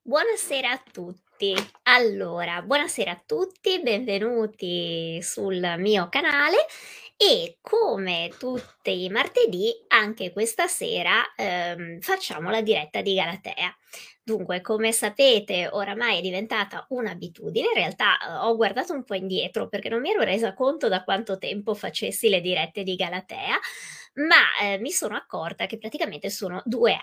Buonasera a tutti. Allora, buonasera a tutti, benvenuti sul mio canale e come tutti i martedì, anche questa sera facciamo la diretta di Galatea. Dunque, come sapete, oramai è diventata un'abitudine. In realtà ho guardato un po' indietro perché non mi ero resa conto da quanto tempo facessi le dirette di Galatea, ma mi sono accorta che praticamente sono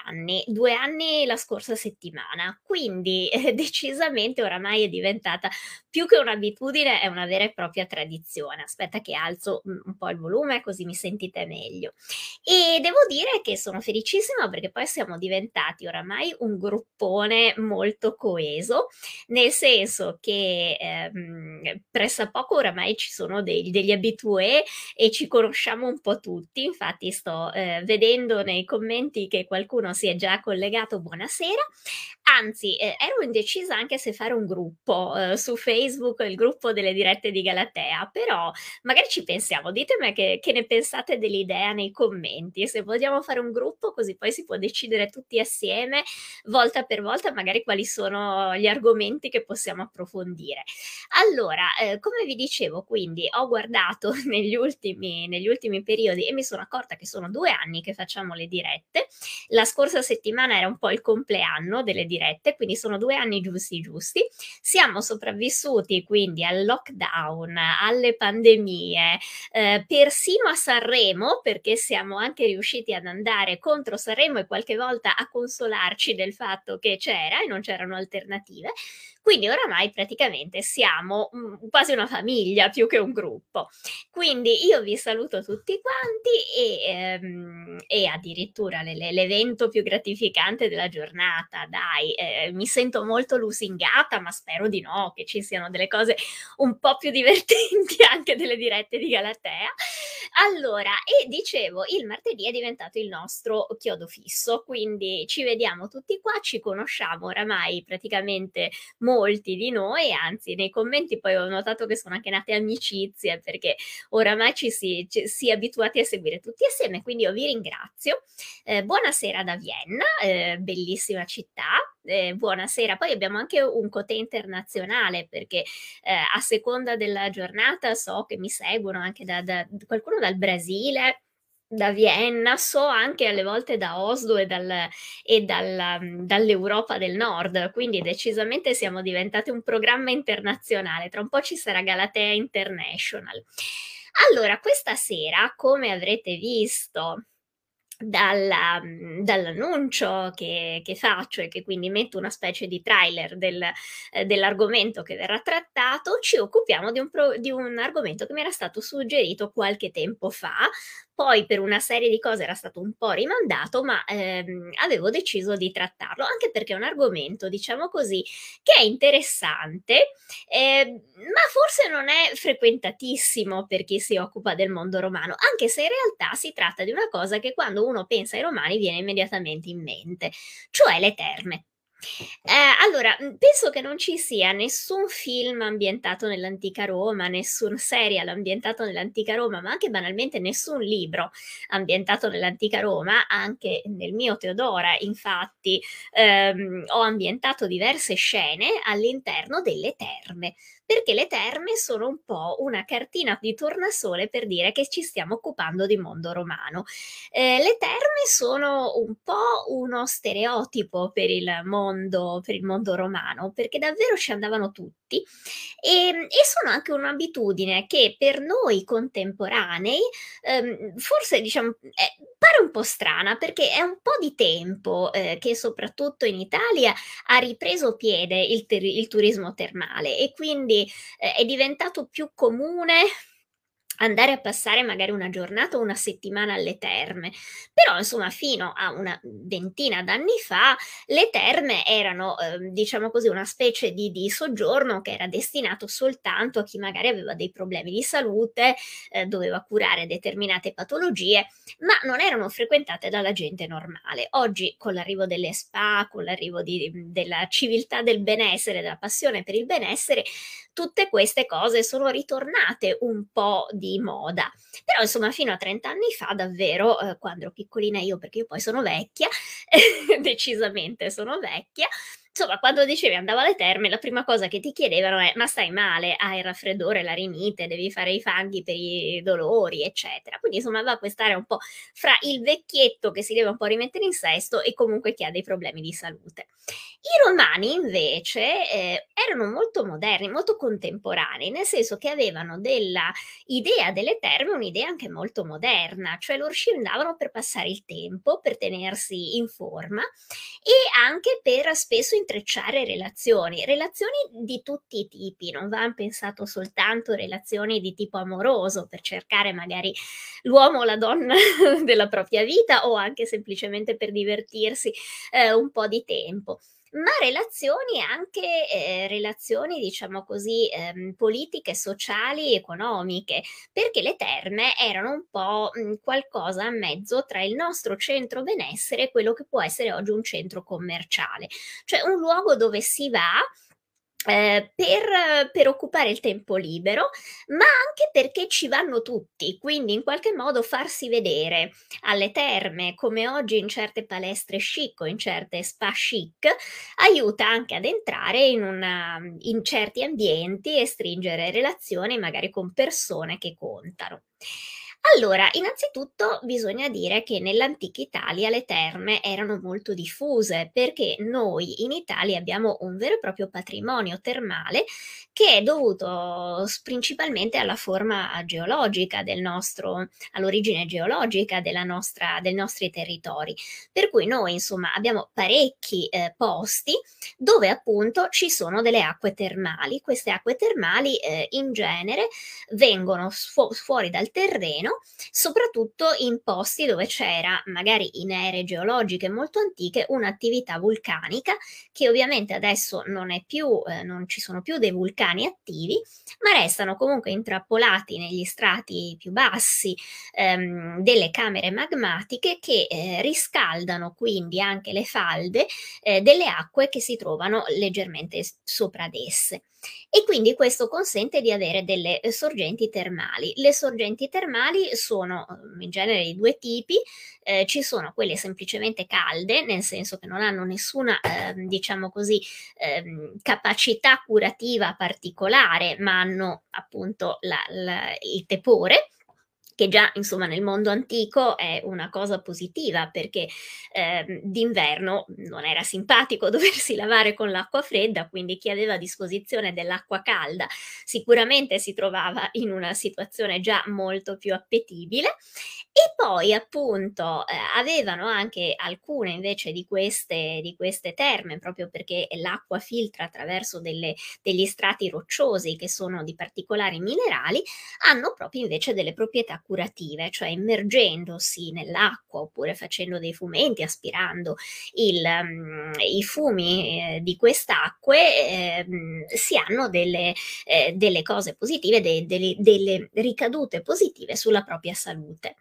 2 anni la scorsa settimana, quindi decisamente oramai è diventata più che un'abitudine, è una vera e propria tradizione. Aspetta che alzo un po' il volume così mi sentite meglio. E devo dire che sono felicissima perché poi siamo diventati oramai un gruppone molto coeso, nel senso che pressappoco oramai ci sono degli abitué e ci conosciamo un po' tutti. Infatti sto vedendo nei commenti che qualcuno si è già collegato. Buonasera. Anzi, ero indecisa anche se fare un gruppo su Facebook, il gruppo delle dirette di Galatea, però magari ci pensiamo. Ditemi che ne pensate dell'idea nei commenti, se vogliamo fare un gruppo così poi si può decidere tutti assieme, volta per volta, magari quali sono gli argomenti che possiamo approfondire. Allora, come vi dicevo, quindi ho guardato negli ultimi periodi e mi sono accorta che sono 2 anni che facciamo le dirette. La scorsa settimana era un po' il compleanno delle dirette, quindi sono 2 anni giusti giusti. Siamo sopravvissuti quindi al lockdown, alle pandemie, persino a Sanremo, perché siamo anche riusciti ad andare contro Sanremo e qualche volta a consolarci del fatto che c'era e non c'erano alternative. Quindi oramai praticamente siamo quasi una famiglia più che un gruppo. Quindi io vi saluto tutti quanti e addirittura l'evento più gratificante della giornata, dai, mi sento molto lusingata, ma spero di no, che ci siano delle cose un po' più divertenti anche delle dirette di Galatea. Allora, e dicevo, il martedì è diventato il nostro chiodo fisso, quindi ci vediamo tutti qua, ci conosciamo oramai praticamente molti di noi, anzi nei commenti poi ho notato che sono anche nate amicizie perché oramai ci si è abituati a seguire tutti assieme, quindi io vi ringrazio. Buonasera da Vienna, bellissima città. Buonasera, poi abbiamo anche un cotè internazionale perché a seconda della giornata so che mi seguono anche da qualcuno dal Brasile, da Vienna, so anche alle volte da Oslo dall'Europa del Nord, quindi decisamente siamo diventati un programma internazionale. Tra un po' ci sarà Galatea International. Allora, questa sera, come avrete visto dall'annuncio che faccio e che quindi metto una specie di trailer dell'argomento che verrà trattato, ci occupiamo di un argomento che mi era stato suggerito qualche tempo fa, poi per una serie di cose era stato un po' rimandato, ma avevo deciso di trattarlo, anche perché è un argomento, diciamo così, che è interessante, ma forse non è frequentatissimo per chi si occupa del mondo romano, anche se in realtà si tratta di una cosa che quando uno pensa ai romani viene immediatamente in mente, cioè le terme. Allora, penso che non ci sia nessun film ambientato nell'antica Roma, nessun serial ambientato nell'antica Roma, ma anche banalmente nessun libro ambientato nell'antica Roma. Anche nel mio Teodora, infatti, ho ambientato diverse scene all'interno delle terme, perché le terme sono un po' una cartina di tornasole per dire che ci stiamo occupando di mondo romano. Le terme sono un po' uno stereotipo per il mondo romano, perché davvero ci andavano tutti e sono anche un'abitudine che per noi contemporanei forse diciamo pare un po' strana perché è un po' di tempo che soprattutto in Italia ha ripreso piede il turismo termale e quindi è diventato più comune andare a passare magari una giornata o una settimana alle terme. Però, insomma, fino a una ventina d'anni fa le terme erano, diciamo così, una specie di soggiorno che era destinato soltanto a chi magari aveva dei problemi di salute, doveva curare determinate patologie, ma non erano frequentate dalla gente normale. Oggi, con l'arrivo delle spa, con l'arrivo della civiltà del benessere, della passione per il benessere, tutte queste cose sono ritornate un po' di moda. Però insomma fino a 30 anni fa davvero, quando ero piccolina io, perché io poi sono vecchia, decisamente sono vecchia, Insomma, quando dicevi andavo alle terme, la prima cosa che ti chiedevano è: "Ma stai male? Hai il raffreddore, la rinite, devi fare i fanghi per i dolori", eccetera. Quindi insomma aveva quest'area un po' fra il vecchietto che si deve un po' rimettere in sesto e comunque chi ha dei problemi di salute. I romani invece, erano molto moderni, molto contemporanei, nel senso che avevano della idea delle terme, un'idea anche molto moderna, cioè loro ci andavano per passare il tempo, per tenersi in forma e anche per spesso intrecciare relazioni di tutti i tipi, non van pensato soltanto relazioni di tipo amoroso per cercare magari l'uomo o la donna della propria vita o anche semplicemente per divertirsi un po' di tempo. Ma relazioni anche, relazioni diciamo così, politiche, sociali, economiche, perché le terme erano un po', qualcosa a mezzo tra il nostro centro benessere e quello che può essere oggi un centro commerciale. Cioè un luogo dove si va, per occupare il tempo libero, ma anche perché ci vanno tutti, quindi in qualche modo farsi vedere alle terme, come oggi in certe palestre chic o in certe spa chic, aiuta anche ad entrare in certi ambienti e stringere relazioni magari con persone che contano. Allora, innanzitutto bisogna dire che nell'antica Italia le terme erano molto diffuse, perché noi in Italia abbiamo un vero e proprio patrimonio termale che è dovuto principalmente alla forma geologica all'origine geologica dei nostri territori. Per cui noi, insomma, abbiamo parecchi posti dove appunto ci sono delle acque termali. Queste acque termali in genere vengono fuori dal terreno, soprattutto in posti dove c'era, magari in ere geologiche molto antiche, un'attività vulcanica che ovviamente adesso non è più, non ci sono più dei vulcani attivi, ma restano comunque intrappolati negli strati più bassi delle camere magmatiche che riscaldano quindi anche le falde delle acque che si trovano leggermente sopra ad esse. E quindi questo consente di avere delle sorgenti termali. Le sorgenti termali sono in genere di due tipi, ci sono quelle semplicemente calde, nel senso che non hanno nessuna, diciamo così, capacità curativa particolare, ma hanno appunto il tepore, che già insomma nel mondo antico è una cosa positiva perché d'inverno non era simpatico doversi lavare con l'acqua fredda, quindi chi aveva a disposizione dell'acqua calda sicuramente si trovava in una situazione già molto più appetibile. E poi appunto avevano anche alcune invece di queste terme, proprio perché l'acqua filtra attraverso degli strati rocciosi che sono di particolari minerali, hanno proprio invece delle proprietà curative, cioè immergendosi nell'acqua oppure facendo dei fumenti, aspirando i fumi di quest'acque, si hanno delle cose positive, delle ricadute positive sulla propria salute.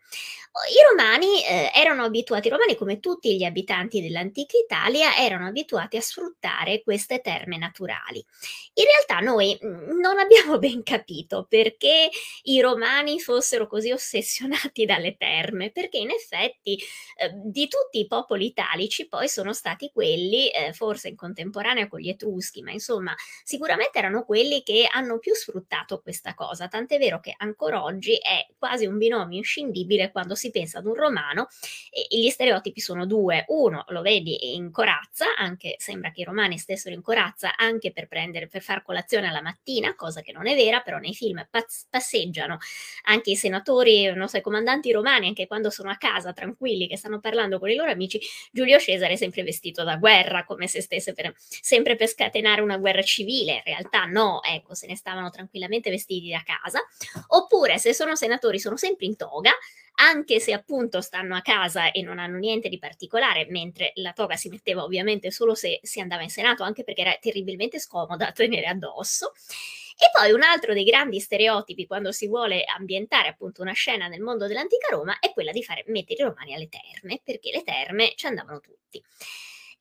I romani come tutti gli abitanti dell'antica Italia erano abituati a sfruttare queste terme naturali. In realtà noi non abbiamo ben capito perché i romani fossero così ossessionati dalle terme, perché in effetti di tutti i popoli italici poi sono stati quelli, forse in contemporanea con gli Etruschi, ma insomma sicuramente erano quelli che hanno più sfruttato questa cosa, tant'è vero che ancora oggi è quasi un binomio inscindibile quando si pensa ad un romano e gli stereotipi sono due: uno lo vedi in corazza, anche sembra che i romani stessero in corazza anche per far colazione alla mattina, cosa che non è vera, però nei film passeggiano anche i senatori, non so, i comandanti romani, anche quando sono a casa tranquilli che stanno parlando con i loro amici, Giulio Cesare è sempre vestito da guerra, come se stesse sempre per scatenare una guerra civile. In realtà no, ecco, se ne stavano tranquillamente vestiti da casa. Oppure se sono senatori sono sempre in toga, anche se appunto stanno a casa e non hanno niente di particolare, mentre la toga si metteva ovviamente solo se si andava in Senato, anche perché era terribilmente scomoda da tenere addosso. E poi un altro dei grandi stereotipi quando si vuole ambientare appunto una scena nel mondo dell'antica Roma è quella di mettere i romani alle terme, perché le terme ci andavano tutti.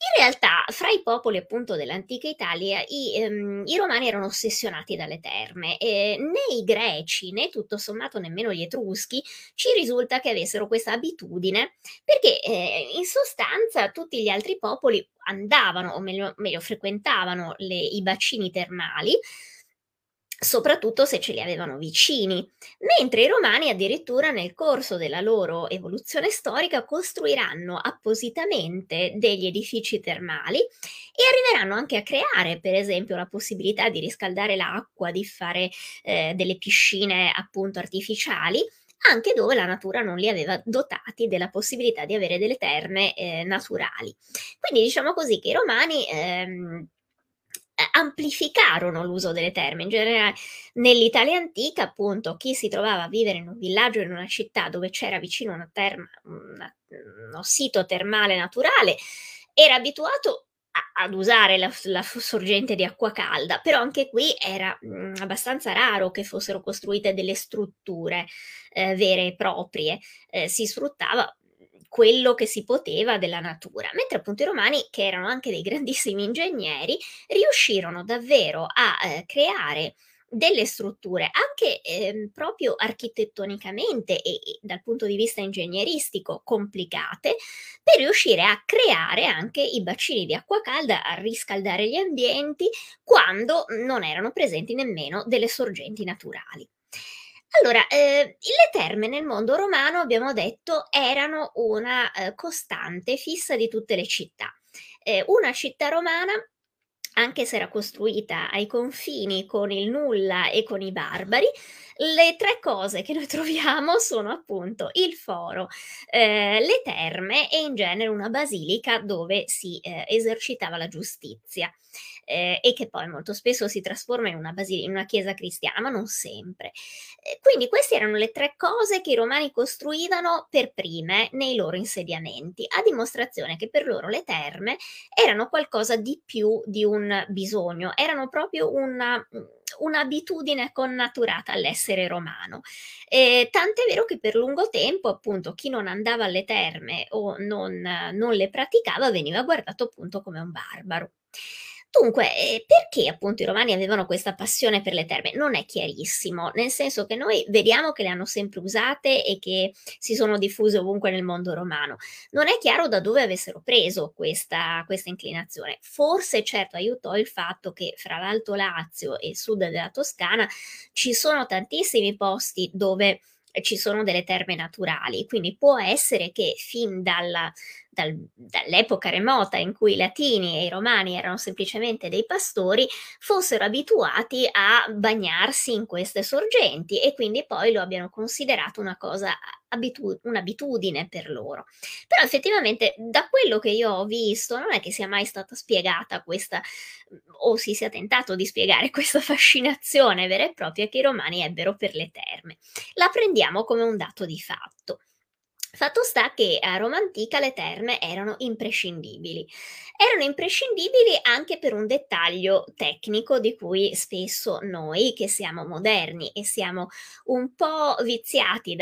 In realtà, fra i popoli appunto dell'antica Italia, i romani erano ossessionati dalle terme, e né i greci né tutto sommato nemmeno gli etruschi ci risulta che avessero questa abitudine, perché in sostanza tutti gli altri popoli andavano, o meglio frequentavano i bacini termali, soprattutto se ce li avevano vicini, mentre i romani addirittura nel corso della loro evoluzione storica costruiranno appositamente degli edifici termali e arriveranno anche a creare, per esempio, la possibilità di riscaldare l'acqua, di fare delle piscine appunto artificiali, anche dove la natura non li aveva dotati della possibilità di avere delle terme naturali. Quindi diciamo così che i romani amplificarono l'uso delle terme. In generale, nell'Italia antica, appunto, chi si trovava a vivere in un villaggio, in una città dove c'era vicino una terma, uno sito termale naturale, era abituato ad usare la sorgente di acqua calda, però anche qui era abbastanza raro che fossero costruite delle strutture vere e proprie, si sfruttava quello che si poteva della natura, mentre appunto i romani, che erano anche dei grandissimi ingegneri, riuscirono davvero a creare delle strutture anche proprio architettonicamente e dal punto di vista ingegneristico complicate, per riuscire a creare anche i bacini di acqua calda, a riscaldare gli ambienti quando non erano presenti nemmeno delle sorgenti naturali. Allora, le terme nel mondo romano, abbiamo detto, erano una costante fissa di tutte le città. Una città romana, anche se era costruita ai confini con il nulla e con i barbari, le tre cose che noi troviamo sono appunto il foro, le terme e in genere una basilica dove si esercitava la giustizia. E che poi molto spesso si trasforma in una chiesa cristiana, ma non sempre. Quindi queste erano le tre cose che i romani costruivano per prime nei loro insediamenti, a dimostrazione che per loro le terme erano qualcosa di più di un bisogno, erano proprio un'abitudine connaturata all'essere romano. Tant'è vero che per lungo tempo, appunto, chi non andava alle terme o non le praticava veniva guardato appunto come un barbaro. Dunque, perché appunto i romani avevano questa passione per le terme? Non è chiarissimo, nel senso che noi vediamo che le hanno sempre usate e che si sono diffuse ovunque nel mondo romano. Non è chiaro da dove avessero preso questa inclinazione. Forse certo aiutò il fatto che fra l'Alto Lazio e il sud della Toscana ci sono tantissimi posti dove ci sono delle terme naturali, quindi può essere che fin dall'epoca remota in cui i latini e i romani erano semplicemente dei pastori, fossero abituati a bagnarsi in queste sorgenti e quindi poi lo abbiano considerato una cosa, un'abitudine per loro. Però effettivamente da quello che io ho visto non è che sia mai stata spiegata questa, o si sia tentato di spiegare questa fascinazione vera e propria che i romani ebbero per le terme. La prendiamo come un dato di fatto. Fatto sta che a Roma antica le terme erano imprescindibili. Erano imprescindibili anche per un dettaglio tecnico di cui spesso noi, che siamo moderni e siamo un po' viziati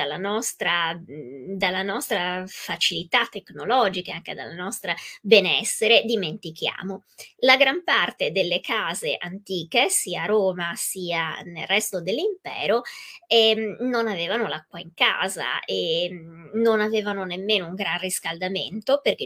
dalla nostra facilità tecnologica, anche dal nostro benessere, dimentichiamo. La gran parte delle case antiche, sia a Roma sia nel resto dell'impero, non avevano l'acqua in casa e non avevano nemmeno un gran riscaldamento perché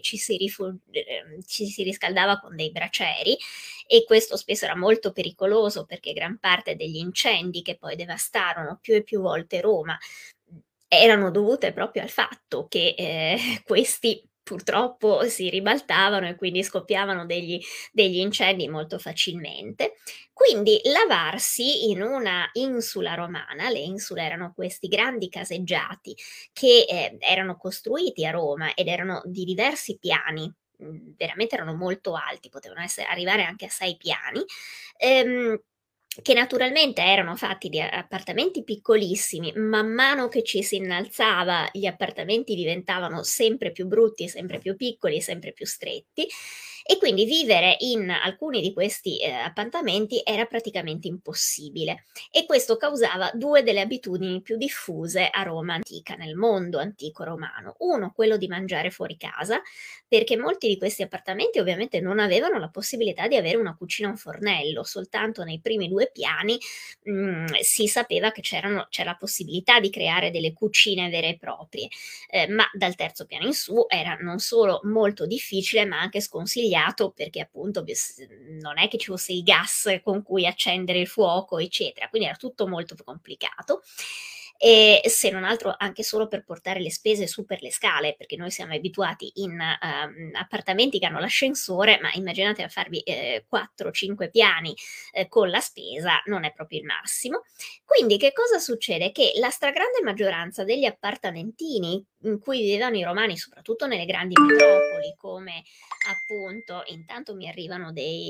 ci si riscaldava con dei bracieri e questo spesso era molto pericoloso perché gran parte degli incendi che poi devastarono più e più volte Roma erano dovute proprio al fatto che questi purtroppo si ribaltavano e quindi scoppiavano degli incendi molto facilmente. Quindi lavarsi in una insula romana, le insule erano questi grandi caseggiati che erano costruiti a Roma ed erano di diversi piani, veramente erano molto alti, potevano arrivare anche a 6 piani, ehm, che naturalmente erano fatti di appartamenti piccolissimi. Man mano che ci si innalzava, gli appartamenti diventavano sempre più brutti, sempre più piccoli, sempre più stretti e quindi vivere in alcuni di questi appartamenti era praticamente impossibile, e questo causava due delle abitudini più diffuse a Roma antica, nel mondo antico romano. Uno, quello di mangiare fuori casa, perché molti di questi appartamenti ovviamente non avevano la possibilità di avere una cucina o un fornello, soltanto nei primi due piani si sapeva che c'era la possibilità di creare delle cucine vere e proprie, ma dal terzo piano in su era non solo molto difficile, ma anche sconsigliato, perché appunto non è che ci fosse il gas con cui accendere il fuoco, eccetera, quindi era tutto molto complicato. E se non altro anche solo per portare le spese su per le scale, perché noi siamo abituati in appartamenti che hanno l'ascensore, ma immaginate a farvi 4-5 piani con la spesa, non è proprio il massimo. Quindi che cosa succede? Che la stragrande maggioranza degli appartamentini in cui vivevano i romani, soprattutto nelle grandi metropoli, come appunto, intanto mi arrivano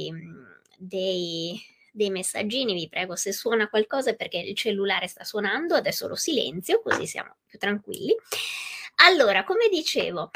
dei messaggini, vi prego, se suona qualcosa è perché il cellulare sta suonando, adesso lo silenzio così siamo più tranquilli. Allora, come dicevo,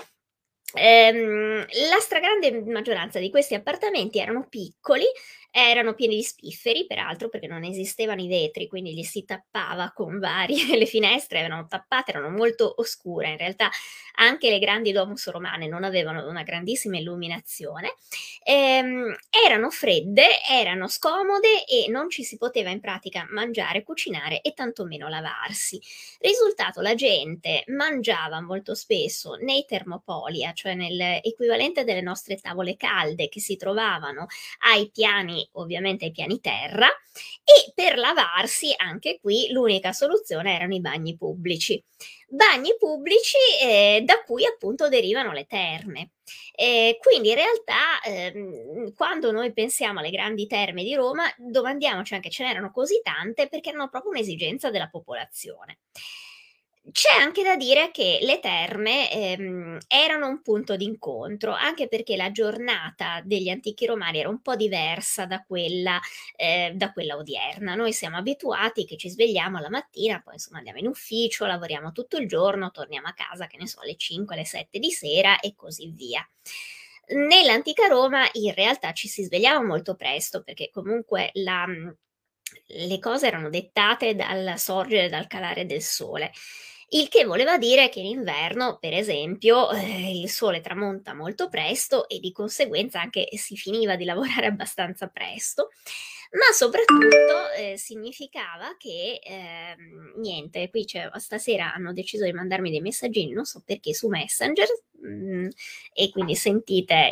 la stragrande maggioranza di questi appartamenti erano piccoli, erano pieni di spifferi, peraltro, perché non esistevano i vetri, quindi li si tappava con varie le finestre erano tappate, erano molto oscure. In realtà anche le grandi domus romane non avevano una grandissima illuminazione. Erano fredde, erano scomode e non ci si poteva in pratica mangiare, cucinare e tantomeno lavarsi. Risultato, la gente mangiava molto spesso nei termopolia, cioè nell'equivalente delle nostre tavole calde che si trovavano ai piani, ovviamente ai piani terra, e per lavarsi anche qui l'unica soluzione erano i bagni pubblici. Bagni pubblici da cui appunto derivano le terme. Quindi in realtà quando noi pensiamo alle grandi terme di Roma, domandiamoci anche ce n'erano così tante perché erano proprio un'esigenza della popolazione. C'è anche da dire che le terme erano un punto d'incontro, anche perché la giornata degli antichi romani era un po' diversa da quella odierna. Noi siamo abituati che ci svegliamo la mattina, poi insomma andiamo in ufficio, lavoriamo tutto il giorno, torniamo a casa, che ne so, alle 5, alle 7 di sera e così via. Nell'antica Roma in realtà ci si svegliava molto presto perché comunque le cose erano dettate dal sorgere e dal calare del sole. Il che voleva dire che in inverno, per esempio, il sole tramonta molto presto e di conseguenza anche si finiva di lavorare abbastanza presto, ma soprattutto significava che niente, qui stasera hanno deciso di mandarmi dei messaggini, non so perché, su Messenger, e quindi sentite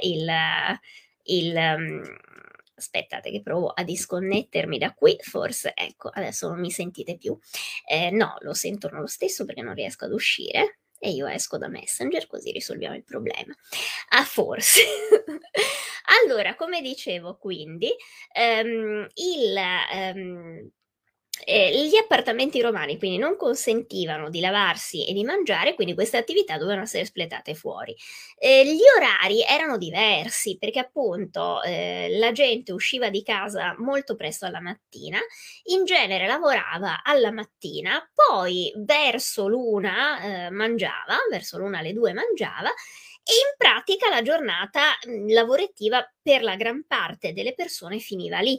il aspettate che provo a disconnettermi da qui, forse ecco, adesso non mi sentite più. No, lo sentono lo stesso perché non riesco ad uscire e io esco da Messenger così risolviamo il problema. Ah, forse. Allora, come dicevo quindi, gli appartamenti romani quindi non consentivano di lavarsi e di mangiare, quindi queste attività dovevano essere espletate fuori. Gli orari erano diversi perché appunto la gente usciva di casa molto presto alla mattina, in genere lavorava alla mattina, poi verso l'una mangiava, verso l'una alle due mangiava, e in pratica la giornata lavorativa per la gran parte delle persone finiva lì.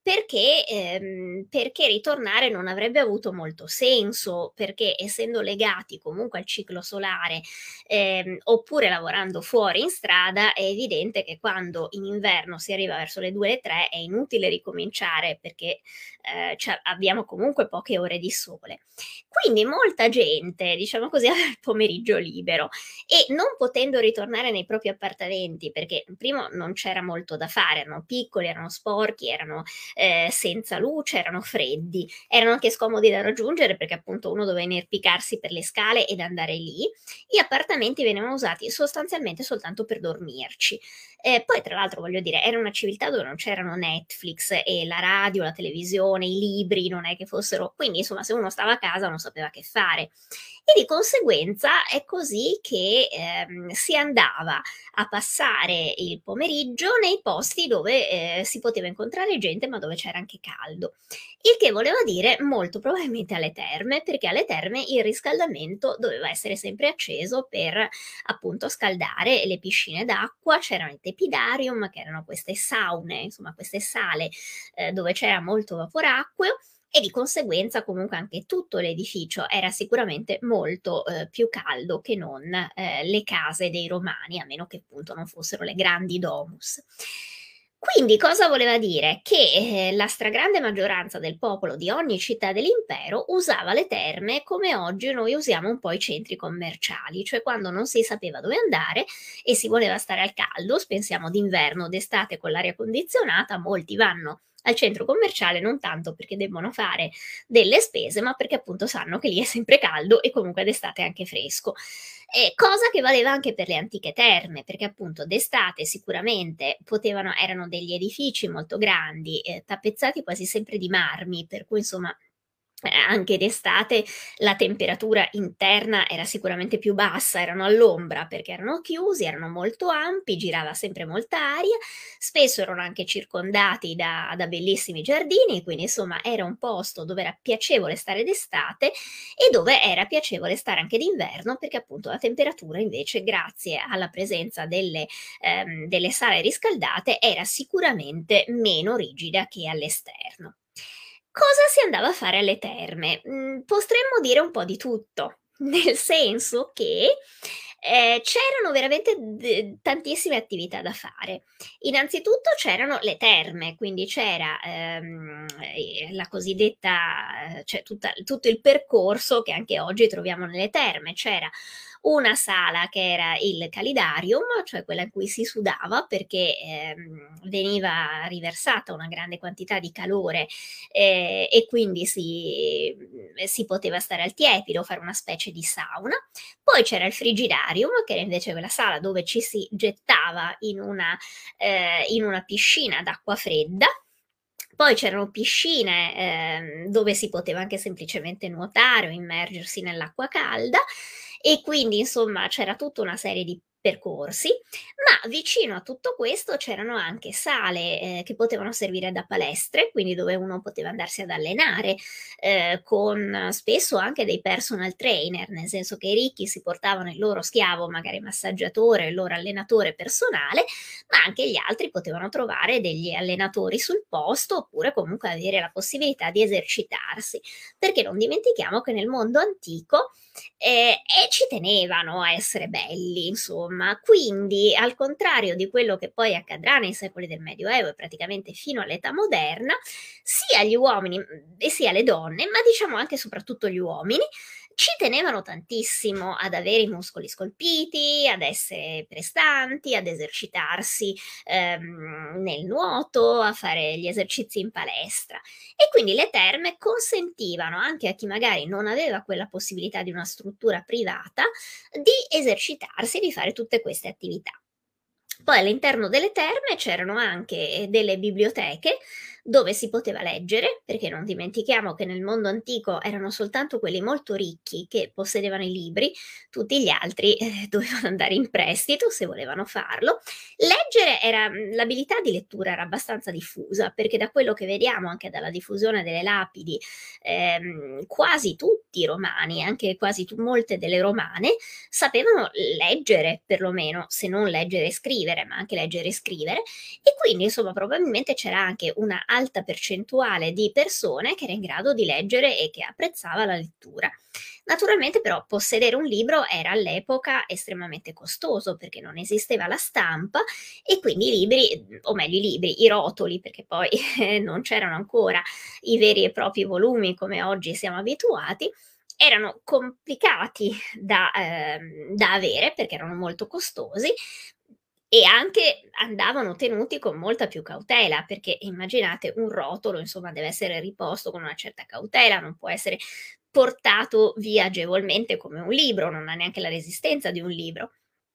Perché ritornare non avrebbe avuto molto senso, perché essendo legati comunque al ciclo solare, oppure lavorando fuori in strada, è evidente che quando in inverno si arriva verso le 2 le 3 è inutile ricominciare perché abbiamo comunque poche ore di sole. Quindi molta gente, diciamo così, aveva il pomeriggio libero e non potendo ritornare nei propri appartamenti, perché primo non c'era molto da fare, erano piccoli, erano sporchi, erano senza luce, erano freddi, erano anche scomodi da raggiungere perché appunto uno doveva inerpicarsi per le scale ed andare lì. Gli appartamenti venivano usati sostanzialmente soltanto per dormirci. Poi tra l'altro voglio dire, era una civiltà dove non c'erano Netflix e la radio, la televisione, i libri, non è che fossero... Quindi insomma se uno stava a casa non sapeva che fare. E di conseguenza è così che si andava a passare il pomeriggio nei posti dove si poteva incontrare gente ma dove c'era anche caldo. Il che voleva dire molto probabilmente alle terme, perché alle terme il riscaldamento doveva essere sempre acceso per appunto scaldare le piscine d'acqua. C'erano i tepidarium, che erano queste saune, insomma queste sale dove c'era molto vaporacqueo, e di conseguenza comunque anche tutto l'edificio era sicuramente molto più caldo che non le case dei romani, a meno che appunto non fossero le grandi domus. Quindi cosa voleva dire? Che la stragrande maggioranza del popolo di ogni città dell'impero usava le terme come oggi noi usiamo un po' i centri commerciali, cioè quando non si sapeva dove andare e si voleva stare al caldo, pensiamo d'inverno, d'estate con l'aria condizionata, molti vanno al centro commerciale non tanto perché debbono fare delle spese, ma perché appunto sanno che lì è sempre caldo e comunque d'estate è anche fresco. Cosa che valeva anche per le antiche terme, perché appunto d'estate sicuramente erano degli edifici molto grandi, tappezzati quasi sempre di marmi, per cui insomma anche d'estate la temperatura interna era sicuramente più bassa, erano all'ombra perché erano chiusi, erano molto ampi, girava sempre molta aria, spesso erano anche circondati da bellissimi giardini, quindi insomma era un posto dove era piacevole stare d'estate e dove era piacevole stare anche d'inverno, perché appunto la temperatura invece, grazie alla presenza delle sale riscaldate, era sicuramente meno rigida che all'esterno. Cosa si andava a fare alle terme? Potremmo dire un po' di tutto, nel senso che c'erano veramente tantissime attività da fare. Innanzitutto c'erano le terme, quindi c'era la cosiddetta, cioè tutto il percorso che anche oggi troviamo nelle terme. C'era una sala che era il calidarium, cioè quella in cui si sudava perché veniva riversata una grande quantità di calore e quindi si poteva stare al tiepido, fare una specie di sauna. Poi c'era il frigidarium, che era invece quella sala dove ci si gettava in una piscina d'acqua fredda. Poi c'erano piscine dove si poteva anche semplicemente nuotare o immergersi nell'acqua calda e quindi insomma c'era tutta una serie di percorsi, ma vicino a tutto questo c'erano anche sale che potevano servire da palestre, quindi dove uno poteva andarsi ad allenare con spesso anche dei personal trainer, nel senso che i ricchi si portavano il loro schiavo, magari massaggiatore, il loro allenatore personale, ma anche gli altri potevano trovare degli allenatori sul posto oppure comunque avere la possibilità di esercitarsi, perché non dimentichiamo che nel mondo antico ci tenevano a essere belli, insomma. Quindi, al contrario di quello che poi accadrà nei secoli del Medioevo e praticamente fino all'età moderna, sia gli uomini e sia le donne, ma diciamo anche e soprattutto gli uomini, ci tenevano tantissimo ad avere i muscoli scolpiti, ad essere prestanti, ad esercitarsi nel nuoto, a fare gli esercizi in palestra. E quindi le terme consentivano anche a chi magari non aveva quella possibilità di una struttura privata di esercitarsi, di fare tutte queste attività. Poi all'interno delle terme c'erano anche delle biblioteche dove si poteva leggere, perché non dimentichiamo che nel mondo antico erano soltanto quelli molto ricchi che possedevano i libri, tutti gli altri dovevano andare in prestito se volevano farlo. Leggere l'abilità di lettura era abbastanza diffusa, perché da quello che vediamo anche dalla diffusione delle lapidi, quasi tutti i romani, anche molte delle romane, sapevano leggere perlomeno, se non leggere e scrivere, ma anche leggere e scrivere, e quindi insomma probabilmente c'era anche una alta percentuale di persone che era in grado di leggere e che apprezzava la lettura. Naturalmente però possedere un libro era all'epoca estremamente costoso perché non esisteva la stampa e quindi i libri, o meglio i libri, i rotoli, perché poi non c'erano ancora i veri e propri volumi come oggi siamo abituati, erano complicati da avere perché erano molto costosi e anche andavano tenuti con molta più cautela, perché immaginate un rotolo, insomma, deve essere riposto con una certa cautela, non può essere portato via agevolmente come un libro, non ha neanche la resistenza di un libro.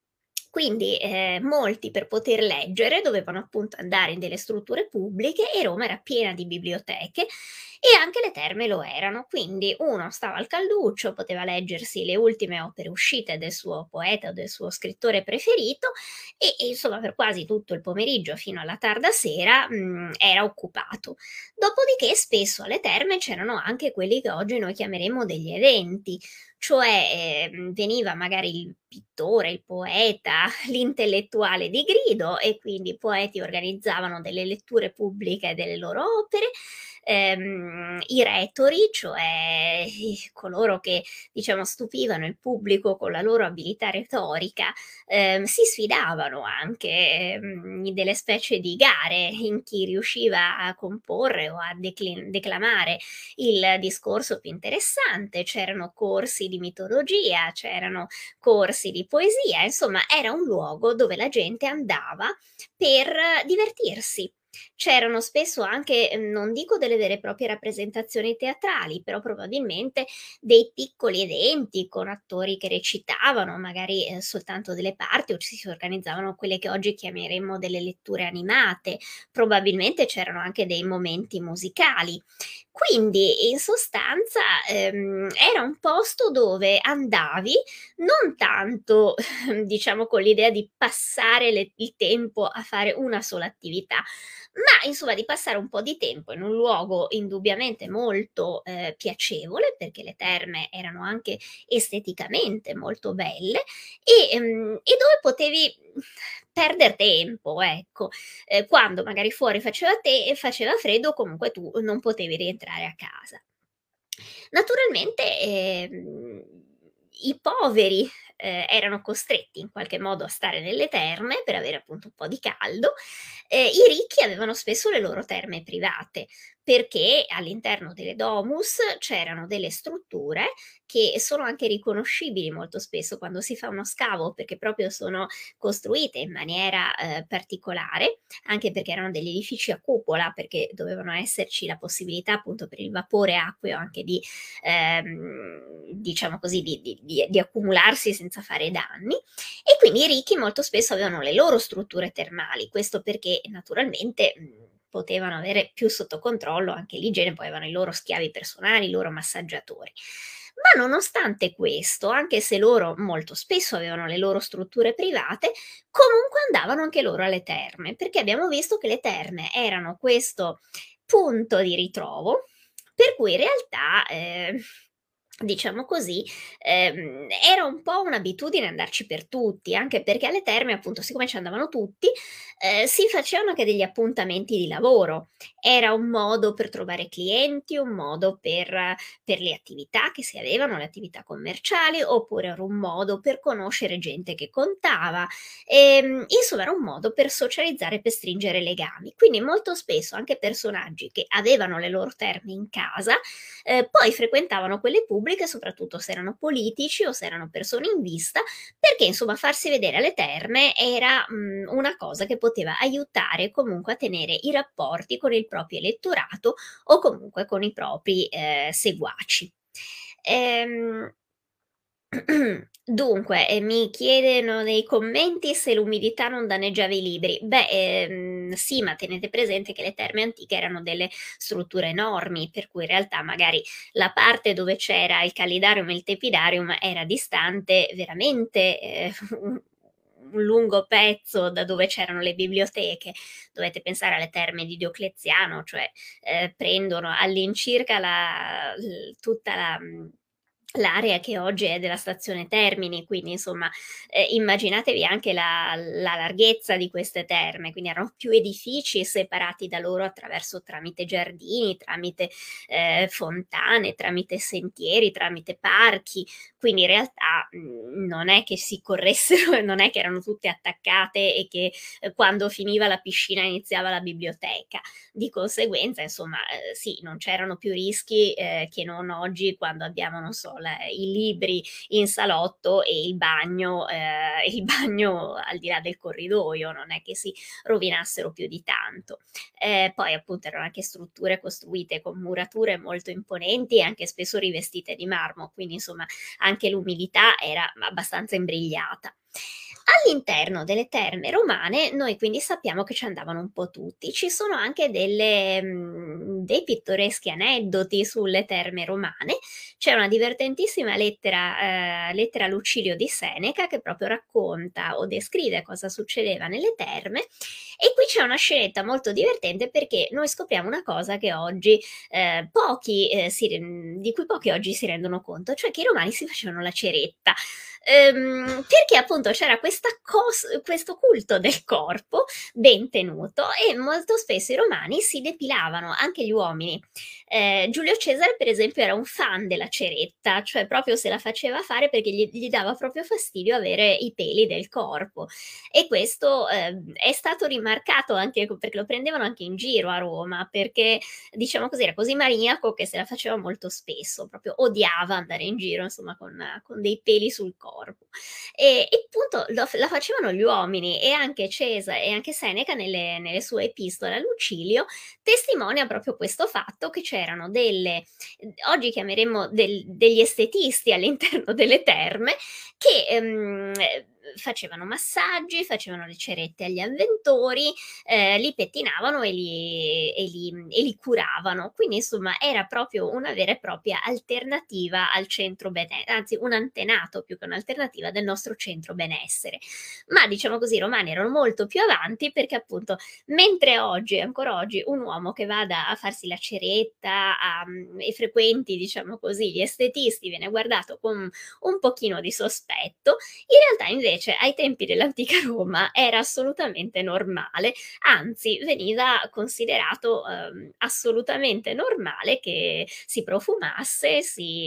Quindi molti per poter leggere dovevano appunto andare in delle strutture pubbliche e Roma era piena di biblioteche e anche le terme lo erano, quindi uno stava al calduccio, poteva leggersi le ultime opere uscite del suo poeta o del suo scrittore preferito e insomma per quasi tutto il pomeriggio fino alla tarda sera era occupato. Dopodiché spesso alle terme c'erano anche quelli che oggi noi chiameremo degli eventi, cioè veniva magari il pittore, il poeta, l'intellettuale di grido e quindi i poeti organizzavano delle letture pubbliche delle loro opere, i retori, cioè coloro che diciamo stupivano il pubblico con la loro abilità retorica, si sfidavano anche in delle specie di gare in chi riusciva a comporre o a declamare il discorso più interessante, c'erano corsi di mitologia, c'erano corsi di poesia, insomma era un luogo dove la gente andava per divertirsi. C'erano spesso anche, non dico delle vere e proprie rappresentazioni teatrali, però probabilmente dei piccoli eventi con attori che recitavano, magari soltanto delle parti o ci si organizzavano quelle che oggi chiameremmo delle letture animate, probabilmente c'erano anche dei momenti musicali. Quindi in sostanza era un posto dove andavi non tanto diciamo con l'idea di passare il tempo a fare una sola attività, ma insomma di passare un po' di tempo in un luogo indubbiamente molto piacevole, perché le terme erano anche esteticamente molto belle e dove potevi perder tempo, ecco. Quando magari fuori faceva freddo, comunque tu non potevi rientrare a casa. Naturalmente, i poveri, erano costretti in qualche modo a stare nelle terme per avere appunto un po' di caldo, i ricchi avevano spesso le loro terme private, perché all'interno delle domus c'erano delle strutture che sono anche riconoscibili molto spesso quando si fa uno scavo, perché proprio sono costruite in maniera, particolare, anche perché erano degli edifici a cupola, perché dovevano esserci la possibilità appunto per il vapore acqueo anche di diciamo così, di accumularsi senza fare danni. E quindi i ricchi molto spesso avevano le loro strutture termali, questo perché naturalmente potevano avere più sotto controllo anche l'igiene, poi avevano i loro schiavi personali, i loro massaggiatori. Ma nonostante questo, anche se loro molto spesso avevano le loro strutture private, comunque andavano anche loro alle terme, perché abbiamo visto che le terme erano questo punto di ritrovo per cui in realtà, diciamo così, era un po' un'abitudine andarci per tutti, anche perché alle terme, appunto, siccome ci andavano tutti, si facevano anche degli appuntamenti di lavoro. Era un modo per trovare clienti, un modo per le attività che si avevano, le attività commerciali, oppure era un modo per conoscere gente che contava. Insomma era un modo per socializzare, per stringere legami. Quindi molto spesso anche personaggi che avevano le loro terme in casa, poi frequentavano quelle pubbliche, soprattutto se erano politici o se erano persone in vista, perché insomma farsi vedere alle terme era una cosa che poteva aiutare comunque a tenere i rapporti con il proprio elettorato o comunque con i propri seguaci. Ehm, Dunque, mi chiedono nei commenti se l'umidità non danneggiava i libri. Beh, sì, ma tenete presente che le terme antiche erano delle strutture enormi, per cui in realtà magari la parte dove c'era il Calidarium e il Tepidarium era distante veramente un lungo pezzo da dove c'erano le biblioteche. Dovete pensare alle terme di Diocleziano, cioè prendono all'incirca tutta l'area che oggi è della stazione Termini, quindi insomma immaginatevi anche la larghezza di queste terme, quindi erano più edifici separati da loro attraverso tramite giardini, tramite fontane, tramite sentieri, tramite parchi, quindi in realtà non è che si corressero, non è che erano tutte attaccate e che quando finiva la piscina iniziava la biblioteca. Di conseguenza, insomma, sì, non c'erano più rischi che non oggi quando abbiamo, non so, i libri in salotto e il bagno al di là del corridoio, non è che si rovinassero più di tanto. Poi appunto erano anche strutture costruite con murature molto imponenti e anche spesso rivestite di marmo, quindi insomma anche l'umidità era abbastanza imbrigliata. All'interno delle terme romane noi quindi sappiamo che ci andavano un po' tutti. Ci sono anche dei pittoreschi aneddoti sulle terme romane. C'è una divertentissima lettera a Lucilio di Seneca che proprio racconta o descrive cosa succedeva nelle terme, e qui c'è una scenetta molto divertente perché noi scopriamo una cosa che oggi di cui pochi oggi si rendono conto, cioè che i romani si facevano la ceretta. Perché appunto c'era questo culto del corpo ben tenuto, e molto spesso i romani si depilavano, anche gli uomini. Giulio Cesare, per esempio, era un fan della ceretta, cioè proprio se la faceva fare perché gli dava proprio fastidio avere i peli del corpo. E questo è stato rimarcato anche perché lo prendevano anche in giro a Roma, perché diciamo così era così maniaco che se la faceva molto spesso, proprio odiava andare in giro insomma con dei peli sul corpo. E appunto la facevano gli uomini, e anche Cesare e anche Seneca nelle sue epistole a Lucilio testimonia proprio questo fatto, che c'erano oggi chiameremmo degli estetisti all'interno delle terme che facevano massaggi, facevano le cerette agli avventori, li pettinavano e li curavano. Quindi insomma era proprio una vera e propria alternativa al centro benessere, anzi un antenato più che un'alternativa del nostro centro benessere. Ma diciamo così, i romani erano molto più avanti, perché appunto mentre oggi, ancora oggi, un uomo che vada a farsi la ceretta e frequenti, diciamo così, gli estetisti viene guardato con un pochino di sospetto, in realtà invece ai tempi dell'antica Roma era assolutamente normale, anzi veniva considerato assolutamente normale che si profumasse,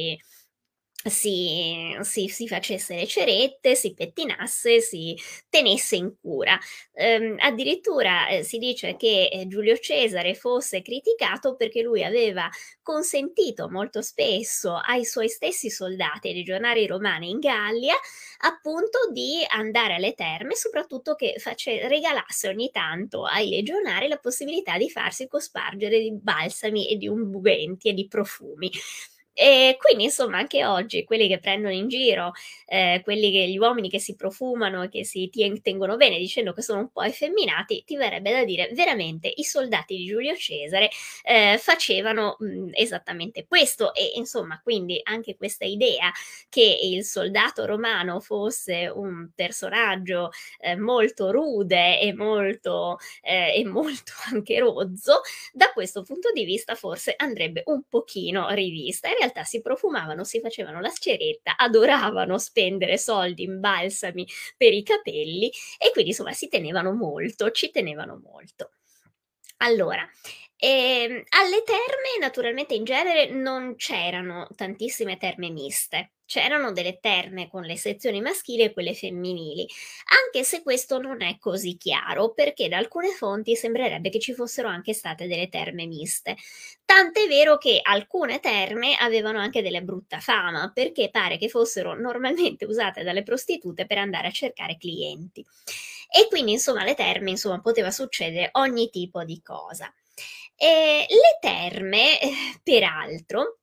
si facesse le cerette, si pettinasse, si tenesse in cura. Addirittura si dice che Giulio Cesare fosse criticato perché lui aveva consentito molto spesso ai suoi stessi soldati, ai legionari romani in Gallia, appunto di andare alle terme, soprattutto che regalasse ogni tanto ai legionari la possibilità di farsi cospargere di balsami e di unguenti e di profumi. E quindi insomma anche oggi quelli che prendono in giro, gli uomini che si profumano e che si tengono bene dicendo che sono un po' effeminati, ti verrebbe da dire veramente i soldati di Giulio Cesare facevano esattamente questo. E insomma quindi anche questa idea che il soldato romano fosse un personaggio molto rude e molto anche rozzo, da questo punto di vista forse andrebbe un pochino rivista. In realtà si profumavano, si facevano la ceretta, adoravano spendere soldi in balsami per i capelli, e quindi insomma ci tenevano molto. Allora, alle terme naturalmente in genere non c'erano tantissime terme miste, c'erano delle terme con le sezioni maschili e quelle femminili, anche se questo non è così chiaro, perché da alcune fonti sembrerebbe che ci fossero anche state delle terme miste. Tant'è vero che alcune terme avevano anche delle brutta fama, perché pare che fossero normalmente usate dalle prostitute per andare a cercare clienti. E quindi, insomma, alle terme, insomma, poteva succedere ogni tipo di cosa. Le terme, peraltro,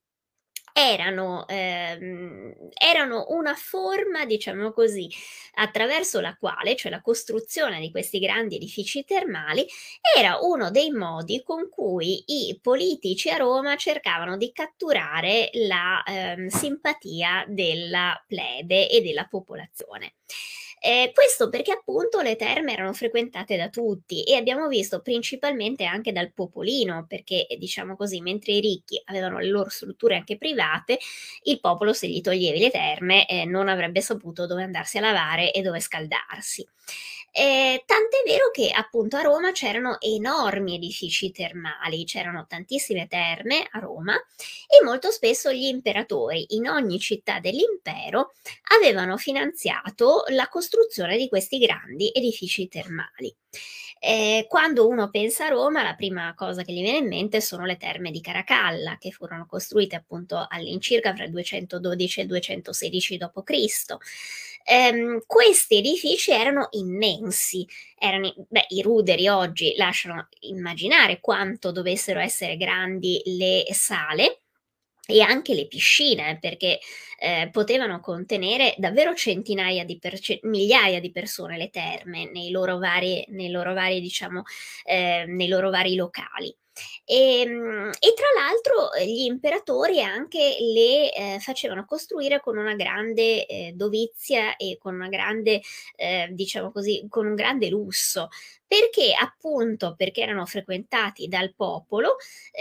erano una forma, diciamo così, attraverso la quale, cioè la costruzione di questi grandi edifici termali, era uno dei modi con cui i politici a Roma cercavano di catturare la simpatia della plebe e della popolazione. Questo perché appunto le terme erano frequentate da tutti, e abbiamo visto principalmente anche dal popolino, perché diciamo così, mentre i ricchi avevano le loro strutture anche private, il popolo, se gli toglievi le terme, non avrebbe saputo dove andarsi a lavare e dove scaldarsi. Tant'è vero che appunto a Roma c'erano enormi edifici termali, c'erano tantissime terme a Roma, e molto spesso gli imperatori in ogni città dell'impero avevano finanziato la costruzione di questi grandi edifici termali. Quando uno pensa a Roma, la prima cosa che gli viene in mente sono le terme di Caracalla, che furono costruite appunto all'incirca fra il 212 e il 216 d.C. Questi edifici erano immensi, i ruderi oggi lasciano immaginare quanto dovessero essere grandi le sale, e anche le piscine, perché, potevano contenere davvero centinaia di migliaia di persone le terme nei loro vari diciamo, nei loro vari locali. E tra l'altro, gli imperatori anche le, facevano costruire con una grande, dovizia e con una grande diciamo così, con un grande lusso, perché appunto, perché erano frequentati dal popolo,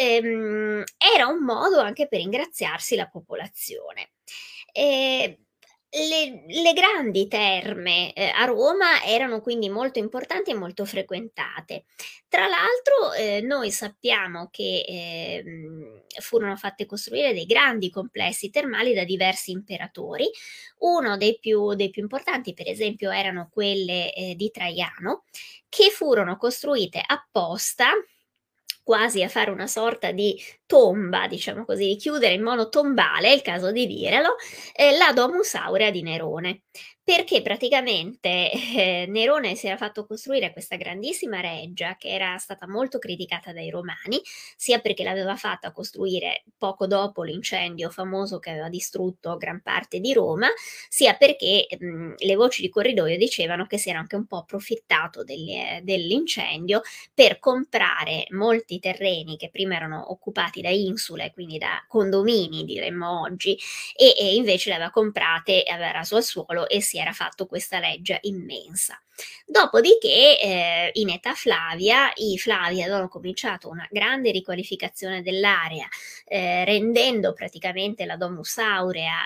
era un modo anche per ringraziarsi la popolazione. Ehm, le grandi terme, a Roma erano quindi molto importanti e molto frequentate. Tra l'altro, noi sappiamo che, furono fatte costruire dei grandi complessi termali da diversi imperatori. Uno dei più importanti, per esempio, erano quelle, di Traiano, che furono costruite apposta, quasi a fare una sorta di tomba, diciamo così, di chiudere in modo tombale, è il caso di dirlo, la Domus Aurea di Nerone. Perché praticamente, Nerone si era fatto costruire questa grandissima reggia, che era stata molto criticata dai romani, sia perché l'aveva fatta costruire poco dopo l'incendio famoso che aveva distrutto gran parte di Roma, sia perché, le voci di corridoio dicevano che si era anche un po' approfittato dell'incendio per comprare molti terreni che prima erano occupati da insule, quindi da condomini diremmo oggi, e invece le aveva comprate e aveva raso al suolo e si era fatto questa reggia immensa. Dopodiché, in età Flavia, i Flavi avevano cominciato una grande riqualificazione dell'area, rendendo praticamente la Domus Aurea,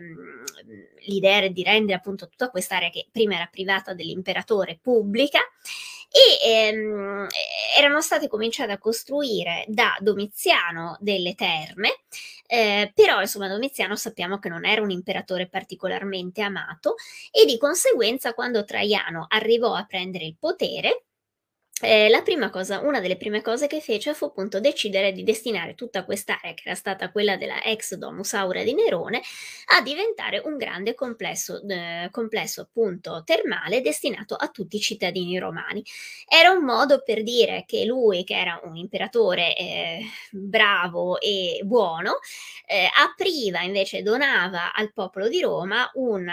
l'idea era di rendere appunto tutta quest'area che prima era privata dell'imperatore pubblica, e erano state cominciate a costruire da Domiziano delle terme, però insomma Domiziano sappiamo che non era un imperatore particolarmente amato, e di conseguenza quando Traiano arrivò a prendere il potere, una delle prime cose che fece fu appunto decidere di destinare tutta quest'area, che era stata quella della ex Domus Aurea di Nerone, a diventare un grande complesso appunto termale destinato a tutti i cittadini romani. Era un modo per dire che lui, che era un imperatore bravo e buono, apriva invece, donava al popolo di Roma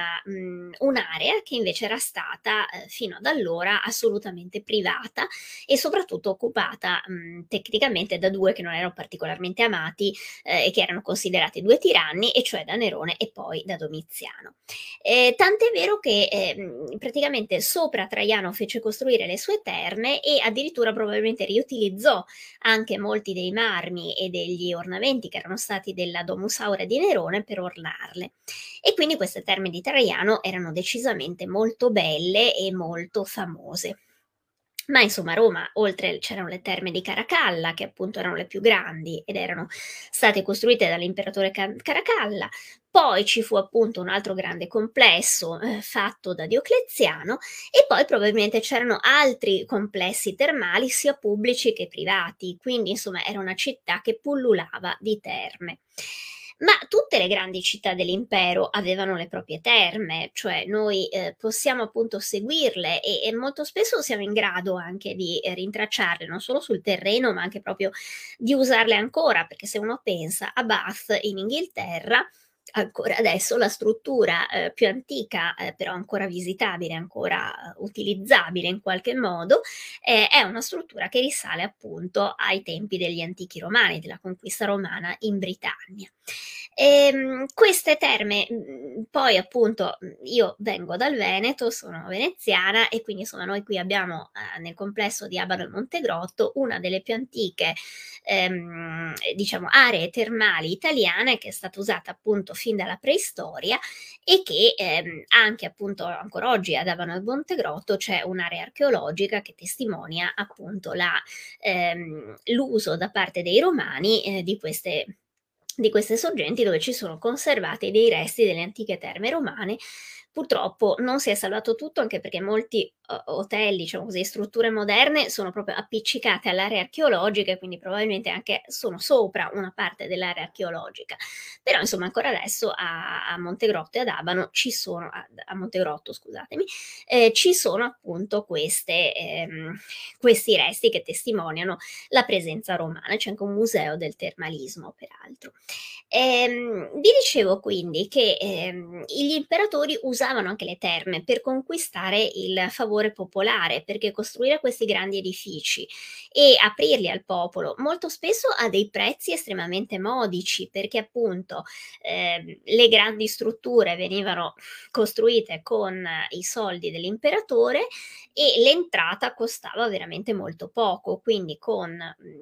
un'area che invece era stata fino ad allora assolutamente privata e soprattutto occupata tecnicamente da due che non erano particolarmente amati e che erano considerati due tiranni, e cioè da Nerone e poi da Domiziano. Tant'è vero che praticamente sopra Traiano fece costruire le sue terme e addirittura probabilmente riutilizzò anche molti dei marmi e degli ornamenti che erano stati della Domus Aurea di Nerone per ornarle. E quindi queste terme di Traiano erano decisamente molto belle e molto famose. Ma insomma a Roma, oltre c'erano le terme di Caracalla, che appunto erano le più grandi ed erano state costruite dall'imperatore Caracalla. Poi ci fu appunto un altro grande complesso fatto da Diocleziano, e poi probabilmente c'erano altri complessi termali sia pubblici che privati, quindi insomma era una città che pullulava di terme. Ma tutte le grandi città dell'impero avevano le proprie terme, cioè noi possiamo appunto seguirle e molto spesso siamo in grado anche di rintracciarle non solo sul terreno, ma anche proprio di usarle ancora, perché se uno pensa a Bath in Inghilterra, ancora adesso la struttura più antica, però ancora visitabile, ancora utilizzabile in qualche modo, è una struttura che risale appunto ai tempi degli antichi romani, della conquista romana in Britannia. Queste terme, poi appunto io vengo dal Veneto, sono veneziana, e quindi insomma noi qui abbiamo nel complesso di Abano e Montegrotto una delle più antiche diciamo aree termali italiane, che è stata usata appunto fin dalla preistoria, e che anche appunto ancora oggi ad Abano e Montegrotto c'è un'area archeologica che testimonia appunto l'uso da parte dei romani di queste sorgenti, dove ci sono conservati dei resti delle antiche terme romane, Purtroppo non si è salvato tutto, anche perché molti hotel, diciamo così, strutture moderne sono proprio appiccicate all'area archeologica e quindi probabilmente anche sono sopra una parte dell'area archeologica. Però insomma ancora adesso a Montegrotto e ad Abano ci sono, a Montegrotto scusatemi, ci sono appunto questi resti che testimoniano la presenza romana. C'è anche un museo del termalismo peraltro. Vi dicevo quindi che gli imperatori usavano anche le terme per conquistare il favore popolare, perché costruire questi grandi edifici e aprirli al popolo molto spesso a dei prezzi estremamente modici, perché appunto le grandi strutture venivano costruite con i soldi dell'imperatore e l'entrata costava veramente molto poco, quindi con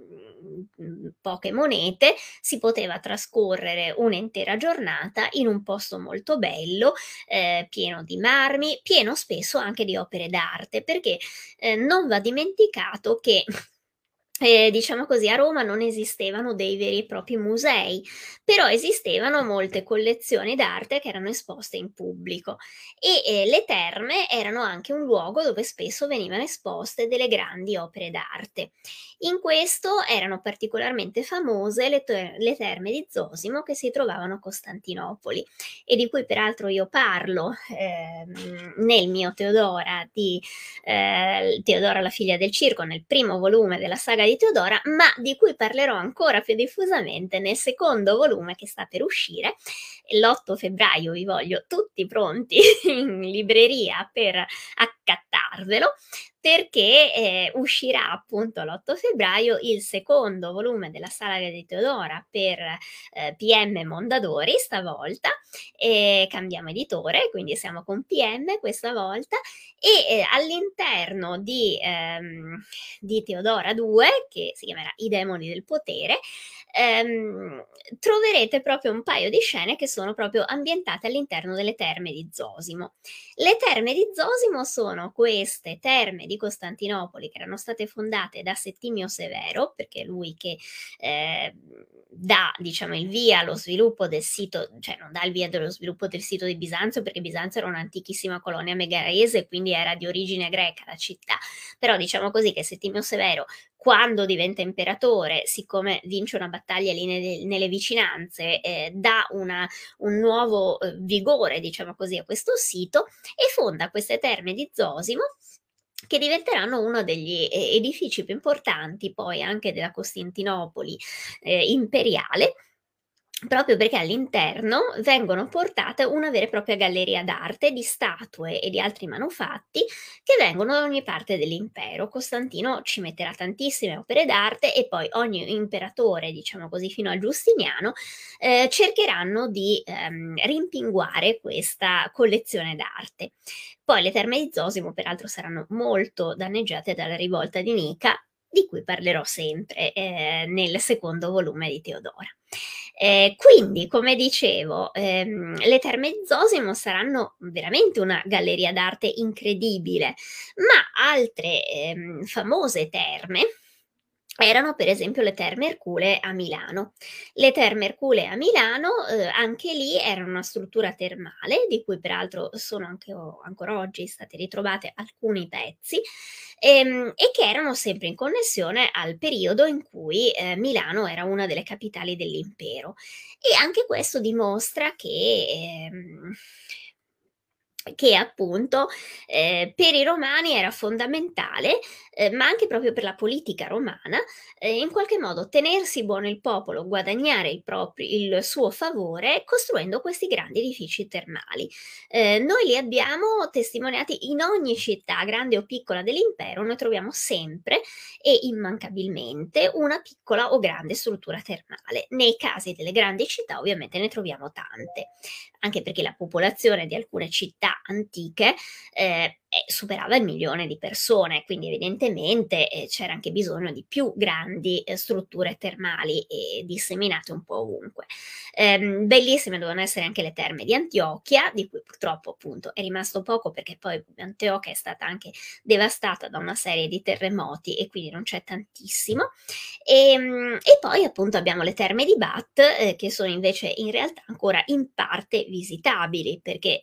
poche monete si poteva trascorrere un'intera giornata in un posto molto bello, pieno di marmi, pieno spesso anche di opere d'arte, perché non va dimenticato che diciamo così, a Roma non esistevano dei veri e propri musei, però esistevano molte collezioni d'arte che erano esposte in pubblico e le terme erano anche un luogo dove spesso venivano esposte delle grandi opere d'arte. In questo erano particolarmente famose le terme di Zosimo che si trovavano a Costantinopoli e di cui peraltro io parlo nel mio Teodora di Teodora la figlia del circo, nel primo volume della saga di Teodora, ma di cui parlerò ancora più diffusamente nel secondo volume che sta per uscire. L'8 febbraio vi voglio tutti pronti in libreria per accattarvelo, perché uscirà appunto l'8 febbraio il secondo volume della saga di Teodora per PM Mondadori stavolta, e cambiamo editore, quindi siamo con PM questa volta, e all'interno di Teodora 2, che si chiamerà I demoni del potere, troverete proprio un paio di scene che sono proprio ambientate all'interno delle terme di Zosimo. Le terme di Zosimo sono queste terme di Costantinopoli che erano state fondate da Settimio Severo, perché è lui che dà, diciamo, il via allo sviluppo del sito, cioè non dà il via dello sviluppo del sito di Bisanzio, perché Bisanzio era un'antichissima colonia megarese, quindi era di origine greca la città, però diciamo così che Settimio Severo, quando diventa imperatore, siccome vince una battaglia lì nelle vicinanze, dà un nuovo vigore, diciamo così, a questo sito e fonda queste terme di Zosimo che diventeranno uno degli edifici più importanti poi anche della Costantinopoli imperiale, proprio perché all'interno vengono portate una vera e propria galleria d'arte di statue e di altri manufatti che vengono da ogni parte dell'impero. Costantino ci metterà tantissime opere d'arte e poi ogni imperatore, diciamo così, fino a Giustiniano, cercheranno di rimpinguare questa collezione d'arte. Poi le terme di Zosimo, peraltro, saranno molto danneggiate dalla rivolta di Nica, di cui parlerò sempre nel secondo volume di Teodora. Quindi, come dicevo, le terme di Zosimo saranno veramente una galleria d'arte incredibile, ma altre famose terme erano per esempio le Terme Ercole a Milano. Le Terme Ercole a Milano, anche lì erano una struttura termale, di cui peraltro sono anche ancora oggi state ritrovate alcuni pezzi, e che erano sempre in connessione al periodo in cui Milano era una delle capitali dell'impero. E anche questo dimostra che appunto per i romani era fondamentale, ma anche proprio per la politica romana, in qualche modo tenersi buono il popolo, guadagnare il suo favore costruendo questi grandi edifici termali. Noi li abbiamo testimoniati in ogni città, grande o piccola dell'impero, noi troviamo sempre e immancabilmente una piccola o grande struttura termale. Nei casi delle grandi città ovviamente ne troviamo tante, anche perché la popolazione di alcune città antiche superava il milione di persone, quindi evidentemente evidentemente c'era anche bisogno di più grandi strutture termali disseminate un po' ovunque. Bellissime dovevano essere anche le terme di Antiochia, di cui purtroppo appunto è rimasto poco perché poi Antiochia è stata anche devastata da una serie di terremoti e quindi non c'è tantissimo. E poi appunto abbiamo le terme di Bat, che sono invece in realtà ancora in parte visitabili, perché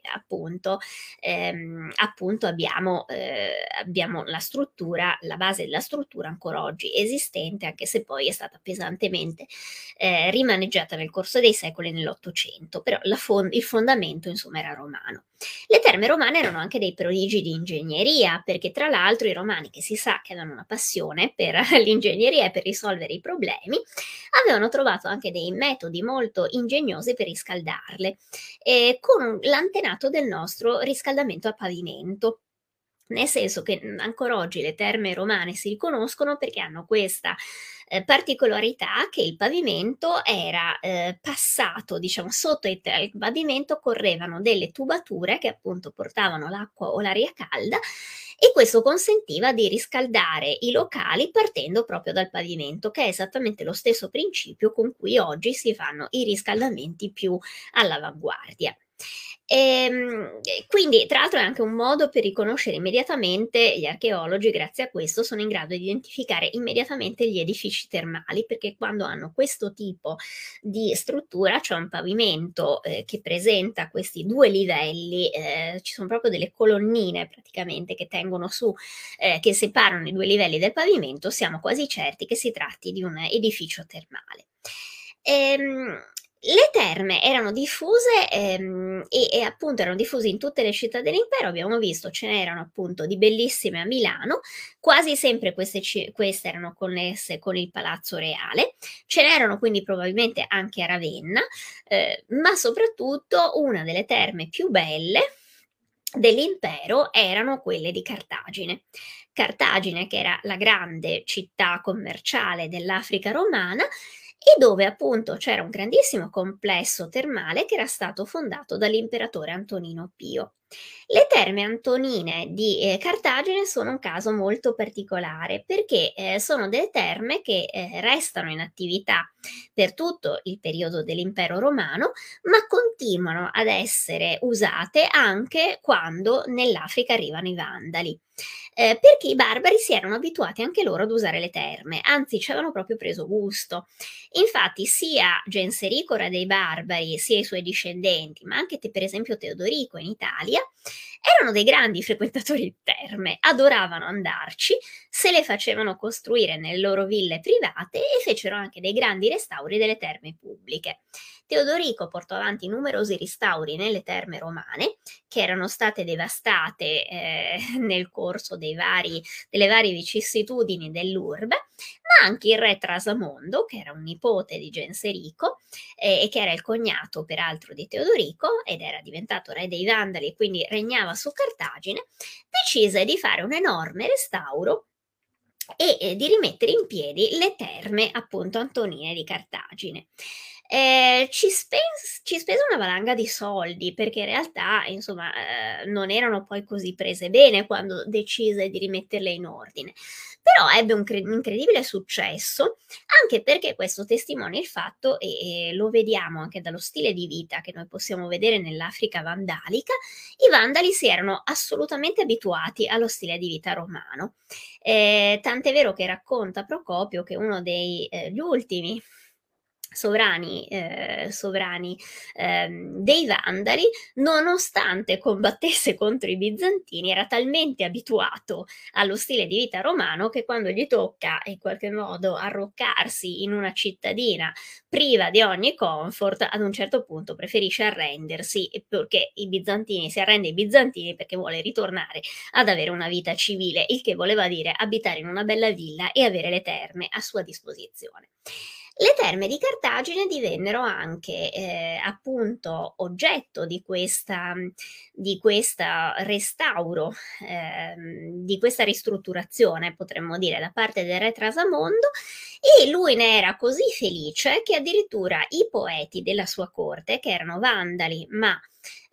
appunto abbiamo la struttura, la base della struttura ancora oggi esistente, anche se poi è stata pesantemente rimaneggiata nel corso dei secoli nell'Ottocento, però il fondamento insomma era romano. Le terme romane erano anche dei prodigi di ingegneria, perché tra l'altro i romani, che si sa che avevano una passione per l'ingegneria e per risolvere i problemi, avevano trovato anche dei metodi molto ingegnosi per riscaldarle, con l'antenato del nostro riscaldamento a pavimento. Nel senso che ancora oggi le terme romane si riconoscono perché hanno questa particolarità che il pavimento era passato, diciamo, sotto il pavimento correvano delle tubature che appunto portavano l'acqua o l'aria calda e questo consentiva di riscaldare i locali partendo proprio dal pavimento, che è esattamente lo stesso principio con cui oggi si fanno i riscaldamenti più all'avanguardia. Quindi, tra l'altro, è anche un modo per riconoscere immediatamente, gli archeologi, grazie a questo, sono in grado di identificare immediatamente gli edifici termali, perché quando hanno questo tipo di struttura, cioè un pavimento che presenta questi due livelli, ci sono proprio delle colonnine praticamente che tengono su, che separano i due livelli del pavimento, siamo quasi certi che si tratti di un edificio termale. Le terme erano diffuse e appunto erano diffuse in tutte le città dell'impero, abbiamo visto ce n'erano appunto di bellissime a Milano, quasi sempre queste erano connesse con il Palazzo Reale, ce n'erano quindi probabilmente anche a Ravenna, ma soprattutto una delle terme più belle dell'impero erano quelle di Cartagine. Cartagine, che era la grande città commerciale dell'Africa romana, e dove appunto c'era un grandissimo complesso termale che era stato fondato dall'imperatore Antonino Pio. Le terme antonine di Cartagine sono un caso molto particolare perché sono delle terme che restano in attività per tutto il periodo dell'impero romano, ma continuano ad essere usate anche quando nell'Africa arrivano i Vandali. Perché i barbari si erano abituati anche loro ad usare le terme, anzi ci avevano proprio preso gusto. Infatti sia Genserico, re dei barbari, sia i suoi discendenti, ma anche per esempio Teodorico in Italia, erano dei grandi frequentatori di terme, adoravano andarci, se le facevano costruire nelle loro ville private e fecero anche dei grandi restauri delle terme pubbliche. Teodorico portò avanti numerosi restauri nelle terme romane, che erano state devastate nel corso delle varie vicissitudini dell'urbe, ma anche il re Trasamondo, che era un nipote di Genserico e che era il cognato peraltro di Teodorico ed era diventato re dei Vandali e quindi regnava su Cartagine, decise di fare un enorme restauro e di rimettere in piedi le terme appunto antonine di Cartagine. Ci spese una valanga di soldi perché in realtà insomma non erano poi così prese bene quando decise di rimetterle in ordine, però ebbe un incredibile successo anche perché questo testimonia il fatto e lo vediamo anche dallo stile di vita che noi possiamo vedere nell'Africa vandalica. I vandali si erano assolutamente abituati allo stile di vita romano, tant'è vero che racconta Procopio che uno degli ultimi sovrani dei Vandali, nonostante combattesse contro i bizantini, era talmente abituato allo stile di vita romano che quando gli tocca in qualche modo arroccarsi in una cittadina priva di ogni comfort, ad un certo punto preferisce arrendersi perché i bizantini si arrende ai bizantini perché vuole ritornare ad avere una vita civile, il che voleva dire abitare in una bella villa e avere le terme a sua disposizione. Le terme di Cartagine divennero anche appunto oggetto di questo restauro, di questa ristrutturazione, potremmo dire, da parte del re Trasamondo, e lui ne era così felice che addirittura i poeti della sua corte, che erano vandali ma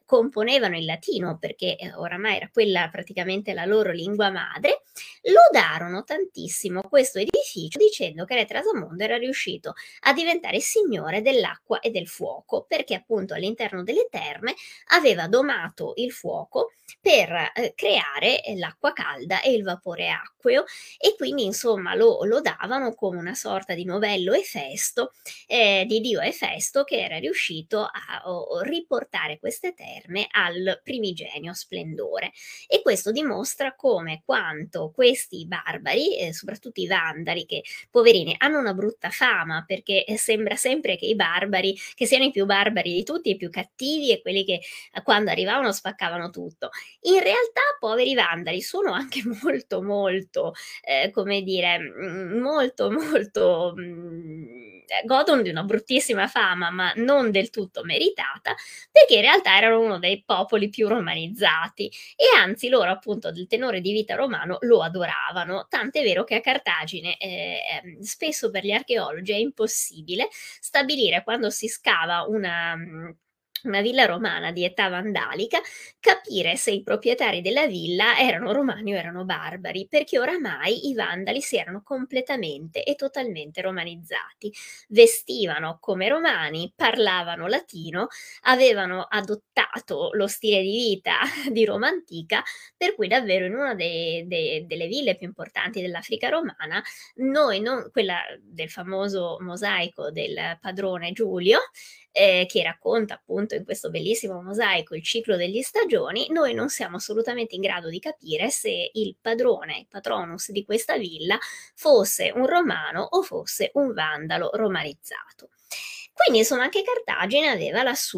componevano il latino, perché oramai era quella praticamente la loro lingua madre, lodarono tantissimo questo edificio dicendo che Re Trasamondo era riuscito a diventare signore dell'acqua e del fuoco, perché appunto all'interno delle terme aveva domato il fuoco per creare l'acqua calda e il vapore acqueo, e quindi insomma lo davano come una sorta di novello Efesto, di dio Efesto, che era riuscito a riportare queste terme al primigenio splendore. E questo dimostra come quanto questi barbari, soprattutto i vandali, che poverini hanno una brutta fama, perché sembra sempre che i barbari, che siano i più barbari di tutti, i più cattivi e quelli che quando arrivavano spaccavano tutto. In realtà, poveri vandali sono anche molto, molto, come dire, molto, molto, godono di una bruttissima fama, ma non del tutto meritata, perché in realtà erano uno dei popoli più romanizzati, e anzi loro appunto del tenore di vita romano lo adoravano, tant'è vero che a Cartagine spesso per gli archeologi è impossibile stabilire, quando si scava una villa romana di età vandalica, capire se i proprietari della villa erano romani o erano barbari, perché oramai i vandali si erano completamente e totalmente romanizzati, vestivano come romani, parlavano latino, avevano adottato lo stile di vita di Roma antica, per cui davvero in una delle ville più importanti dell'Africa romana, quella del famoso mosaico del padrone Giulio, che racconta appunto in questo bellissimo mosaico il ciclo degli stagioni, noi non siamo assolutamente in grado di capire se il padrone, il patronus di questa villa, fosse un romano o fosse un vandalo romanizzato. Quindi insomma anche Cartagine aveva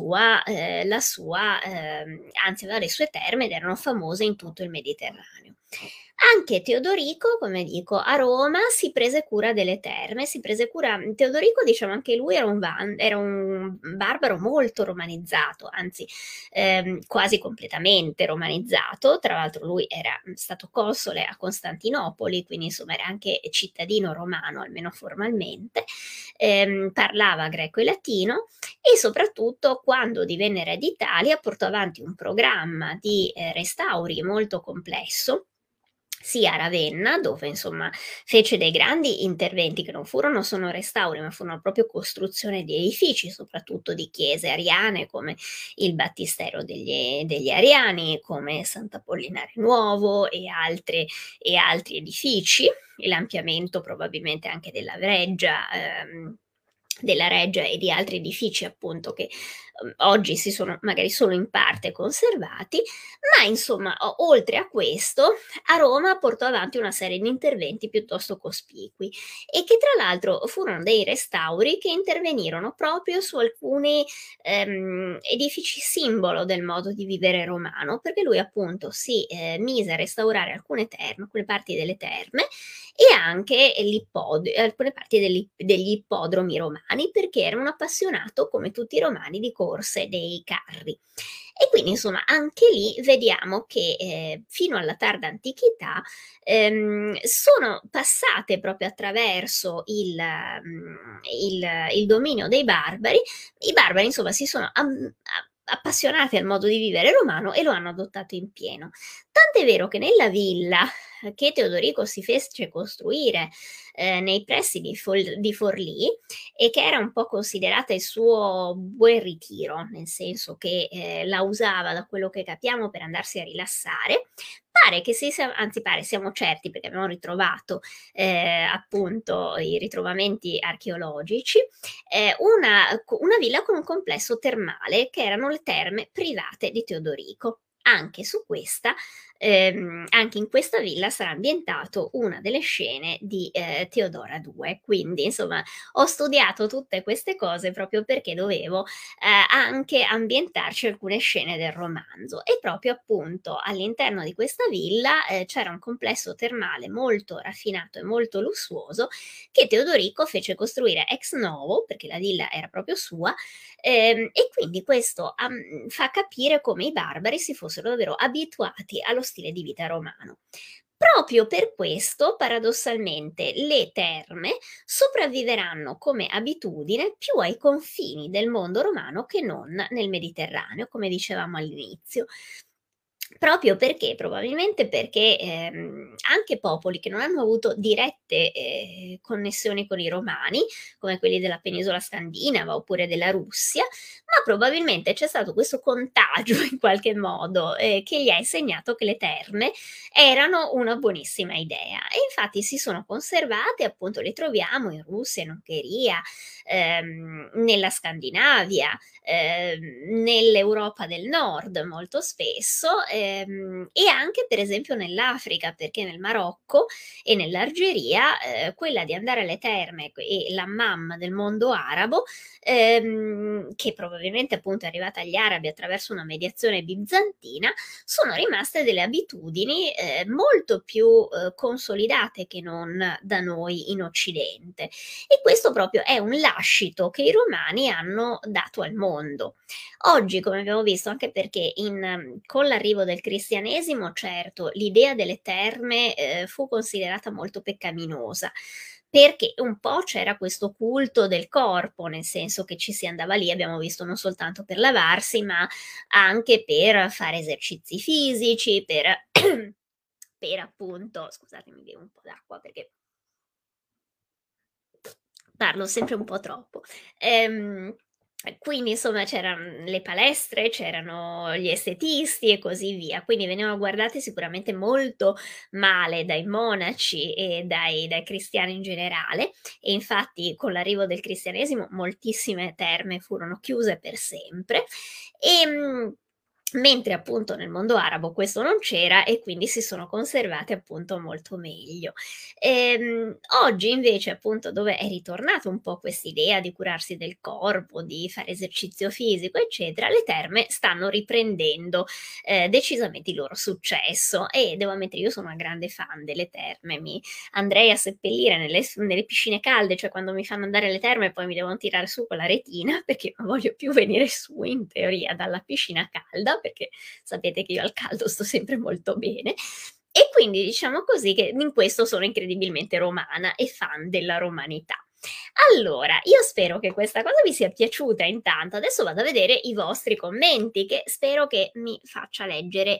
anzi aveva le sue terme ed erano famose in tutto il Mediterraneo. Anche Teodorico, come dico, a Roma si prese cura delle terme, Teodorico, diciamo, anche lui era un barbaro molto romanizzato, anzi quasi completamente romanizzato. Tra l'altro lui era stato console a Costantinopoli, quindi insomma era anche cittadino romano, almeno formalmente, parlava greco e latino, e soprattutto quando divenne re d'Italia portò avanti un programma di restauri molto complesso, sia a Ravenna, dove insomma fece dei grandi interventi che non furono solo restauri, ma furono proprio costruzione di edifici, soprattutto di chiese ariane come il Battistero degli Ariani, come Sant'Apollinare Nuovo e altri edifici, e l'ampliamento probabilmente anche della Reggia e di altri edifici appunto che oggi si sono magari solo in parte conservati, ma insomma oltre a questo a Roma portò avanti una serie di interventi piuttosto cospicui, e che tra l'altro furono dei restauri che intervenirono proprio su alcuni edifici simbolo del modo di vivere romano, perché lui appunto si mise a restaurare alcune parti delle terme, e anche alcune parti degli ippodromi romani, perché era un appassionato, come tutti i romani, di corse dei carri. E quindi insomma anche lì vediamo che fino alla tarda antichità sono passate proprio attraverso il dominio dei barbari. I barbari insomma si sono appassionati al modo di vivere romano e lo hanno adottato in pieno. Tant'è vero che nella villa che Teodorico si fece costruire nei pressi di Forlì, e che era un po' considerata il suo buon ritiro, nel senso che la usava, da quello che capiamo, per andarsi a rilassare. Siamo certi, perché abbiamo ritrovato appunto i ritrovamenti archeologici, una villa con un complesso termale, che erano le terme private di Teodorico. Anche in questa villa sarà ambientato una delle scene di Teodora II. Quindi, insomma, ho studiato tutte queste cose proprio perché dovevo anche ambientarci alcune scene del romanzo. E proprio appunto all'interno di questa villa c'era un complesso termale molto raffinato e molto lussuoso, che Teodorico fece costruire ex novo, perché la villa era proprio sua, e quindi questo fa capire come i barbari si fossero davvero abituati allo stile di vita romano. Proprio per questo, paradossalmente, le terme sopravviveranno come abitudine più ai confini del mondo romano che non nel Mediterraneo, come dicevamo all'inizio. Proprio perché probabilmente perché, anche popoli che non hanno avuto dirette, connessioni con i romani, come quelli della penisola scandinava oppure della Russia, ma probabilmente c'è stato questo contagio in qualche modo, che gli ha insegnato che le terme erano una buonissima idea e infatti si sono conservate, appunto le troviamo in Russia, in Ungheria, nella Scandinavia, nell'Europa del Nord molto spesso, e anche per esempio nell'Africa, perché nel Marocco e nell'Algeria, quella di andare alle terme e l'hammam del mondo arabo, che probabilmente appunto è arrivata agli arabi attraverso una mediazione bizantina, sono rimaste delle abitudini molto più consolidate che non da noi in Occidente. E questo proprio è un lascito che i romani hanno dato al mondo. Oggi, come abbiamo visto, anche perché con l'arrivo del cristianesimo, certo, l'idea delle terme fu considerata molto peccaminosa, perché un po' c'era questo culto del corpo, nel senso che ci si andava lì, abbiamo visto, non soltanto per lavarsi, ma anche per fare esercizi fisici, per appunto, scusatemi, bevo un po' d'acqua perché parlo sempre un po' troppo. Quindi insomma c'eran le palestre, c'erano gli estetisti e così via, quindi venivano guardate sicuramente molto male dai monaci e dai cristiani in generale e infatti con l'arrivo del cristianesimo moltissime terme furono chiuse per sempre. Ehm Mentre appunto nel mondo arabo questo non c'era e quindi si sono conservate appunto molto meglio. Oggi invece appunto dove è ritornata un po' quest'idea di curarsi del corpo, di fare esercizio fisico, eccetera, le terme stanno riprendendo decisamente il loro successo e devo ammettere io sono una grande fan delle terme, mi andrei a seppellire nelle piscine calde, cioè quando mi fanno andare alle terme e poi mi devono tirare su con la retina perché non voglio più venire su in teoria dalla piscina calda, perché sapete che io al caldo sto sempre molto bene. E quindi diciamo così che in questo sono incredibilmente romana e fan della romanità. Allora, io spero che questa cosa vi sia piaciuta intanto. Adesso vado a vedere i vostri commenti, che spero che mi faccia leggere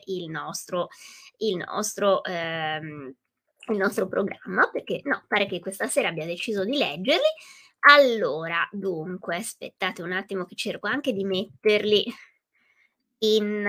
il nostro, ehm, il nostro programma, perché no, pare che questa sera abbia deciso di leggerli. Allora, dunque, aspettate un attimo che cerco anche di metterli in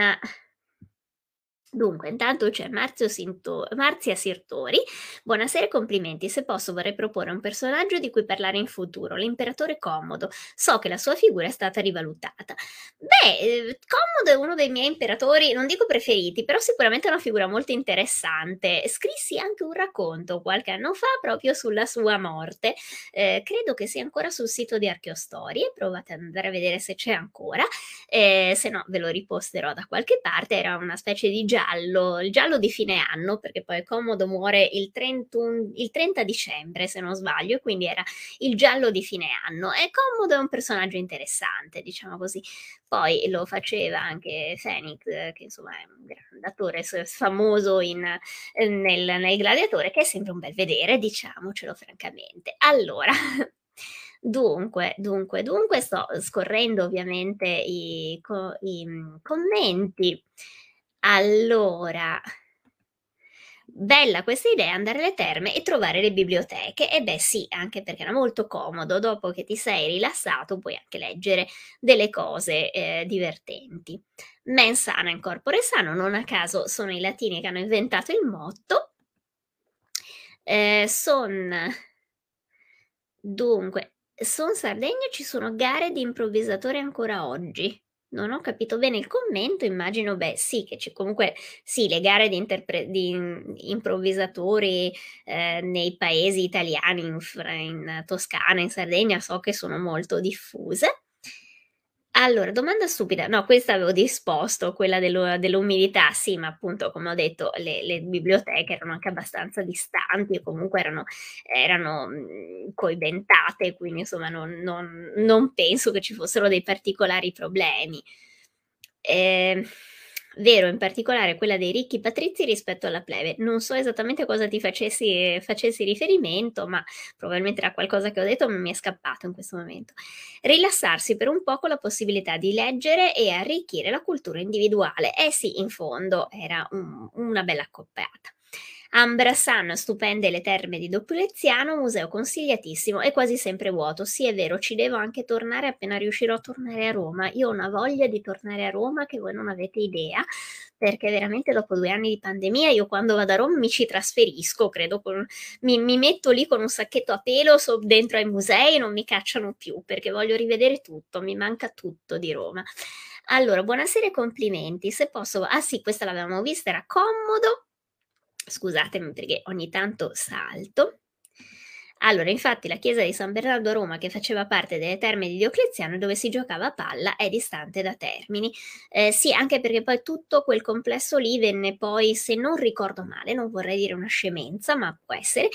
Dunque, intanto c'è Marzia Sirtori. Buonasera e complimenti. Se posso, vorrei proporre un personaggio di cui parlare in futuro, l'imperatore Commodo. So che la sua figura è stata rivalutata. Beh, Commodo è uno dei miei imperatori, non dico preferiti, però sicuramente è una figura molto interessante. Scrissi anche un racconto qualche anno fa proprio sulla sua morte. Credo che sia ancora sul sito di Archeostorie. Provate ad andare a vedere se c'è ancora. Se no ve lo riposterò da qualche parte, era una specie di giallo, il giallo di fine anno, perché poi Commodo muore il 30 dicembre, se non sbaglio, e quindi era il giallo di fine anno. E Commodo è un personaggio interessante, diciamo così. Poi lo faceva anche Phoenix, che insomma è un grande attore famoso nel Gladiatore, che è sempre un bel vedere, diciamocelo francamente. Allora, dunque, sto scorrendo ovviamente i commenti. Allora, bella questa idea, andare alle terme e trovare le biblioteche. E beh sì, anche perché era molto comodo, dopo che ti sei rilassato puoi anche leggere delle cose divertenti. Mens sana in corpore sano, non a caso sono i latini che hanno inventato il motto. Son Dunque, son Sardegna ci sono gare di improvvisatori ancora oggi. Non ho capito bene il commento, immagino, beh, sì, che c'è comunque, sì, le gare di improvvisatori nei paesi italiani, in Toscana, in Sardegna, so che sono molto diffuse. Allora, domanda stupida. No, questa avevo disposto, quella dell'umidità, sì, ma appunto, come ho detto, le biblioteche erano anche abbastanza distanti e comunque erano coibentate, quindi insomma non penso che ci fossero dei particolari problemi. Ehm, vero, in particolare quella dei ricchi patrizi rispetto alla plebe. Non so esattamente a cosa ti facessi riferimento, ma probabilmente era qualcosa che ho detto, ma mi è scappato in questo momento. Rilassarsi per un po' con la possibilità di leggere e arricchire la cultura individuale. Eh sì, in fondo era una bella accoppiata. Ambrasan, stupende le terme di Doppileziano, museo consigliatissimo e quasi sempre vuoto. Sì, è vero, ci devo anche tornare appena riuscirò a tornare a Roma. Io ho una voglia di tornare a Roma che voi non avete idea, perché veramente dopo 2 anni di pandemia io quando vado a Roma mi ci trasferisco, credo, mi metto lì con un sacchetto a pelo dentro ai musei e non mi cacciano più, perché voglio rivedere tutto, mi manca tutto di Roma. Allora, buonasera e complimenti. Se posso, ah sì, questa l'avevamo vista, era comodo. Scusatemi perché ogni tanto salto. Allora, infatti, la chiesa di San Bernardo a Roma, che faceva parte delle terme di Diocleziano, dove si giocava a palla, è distante da Termini. Sì, anche perché poi tutto quel complesso lì venne poi, se non ricordo male, non vorrei dire una scemenza, ma può essere,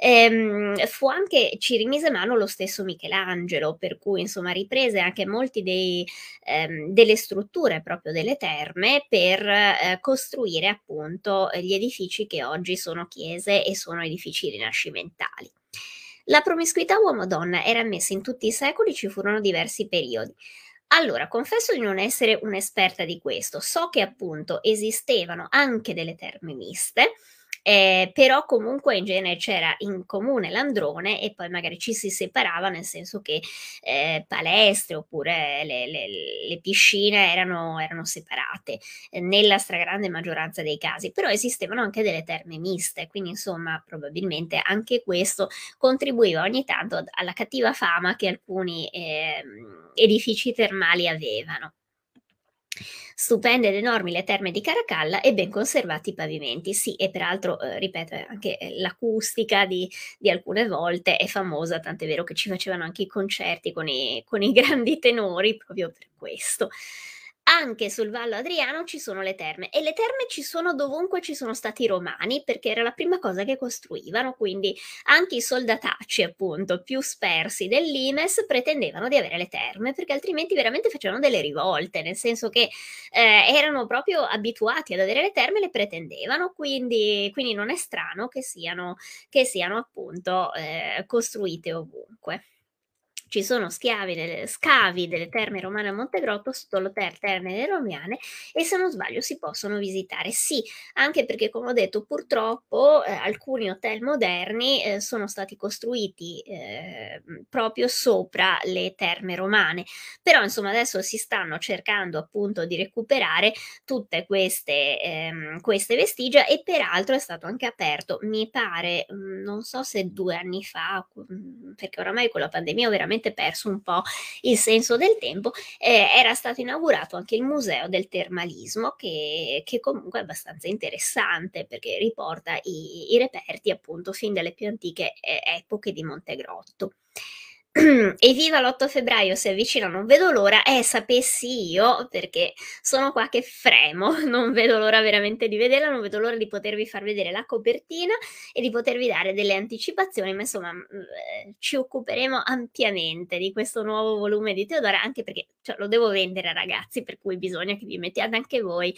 fu anche, ci rimise mano lo stesso Michelangelo, per cui insomma riprese anche molti delle strutture proprio delle terme per costruire appunto gli edifici che oggi sono chiese e sono edifici rinascimentali. La promiscuità uomo-donna era ammessa in tutti i secoli, ci furono diversi periodi. Allora, confesso di non essere un'esperta di questo, so che appunto esistevano anche delle terme miste, però comunque in genere c'era in comune l'androne e poi magari ci si separava, nel senso che palestre oppure le piscine erano separate nella stragrande maggioranza dei casi, però esistevano anche delle terme miste, quindi insomma probabilmente anche questo contribuiva ogni tanto alla cattiva fama che alcuni edifici termali avevano. Stupende ed enormi le terme di Caracalla e ben conservati i pavimenti. Sì, e peraltro, ripeto, anche l'acustica di alcune volte è famosa, tant'è vero che ci facevano anche i concerti con i grandi tenori proprio per questo. Anche sul Vallo Adriano ci sono le terme e le terme ci sono dovunque ci sono stati i romani perché era la prima cosa che costruivano, quindi anche i soldatacci appunto più spersi dell'Imes pretendevano di avere le terme perché altrimenti veramente facevano delle rivolte, nel senso che erano proprio abituati ad avere le terme e le pretendevano, quindi non è strano che siano appunto costruite ovunque. Ci sono scavi delle terme romane a Montegrotto sotto l'hotel Terme Romiane e se non sbaglio si possono visitare. Sì, anche perché come ho detto purtroppo alcuni hotel moderni sono stati costruiti proprio sopra le terme romane, però insomma adesso si stanno cercando appunto di recuperare tutte queste vestigia e peraltro è stato anche aperto, mi pare, non so se 2 anni fa, perché oramai con la pandemia ho veramente perso un po' il senso del tempo, era stato inaugurato anche il museo del termalismo che comunque è abbastanza interessante perché riporta i reperti appunto fin dalle più antiche epoche di Montegrotto. Evviva l'8 febbraio si avvicina, non vedo l'ora, sapessi io, perché sono qua che fremo, non vedo l'ora veramente di vederla, non vedo l'ora di potervi far vedere la copertina e di potervi dare delle anticipazioni, ma insomma ci occuperemo ampiamente di questo nuovo volume di Teodora, anche perché cioè, lo devo vendere ragazzi, per cui bisogna che vi mettiate anche voi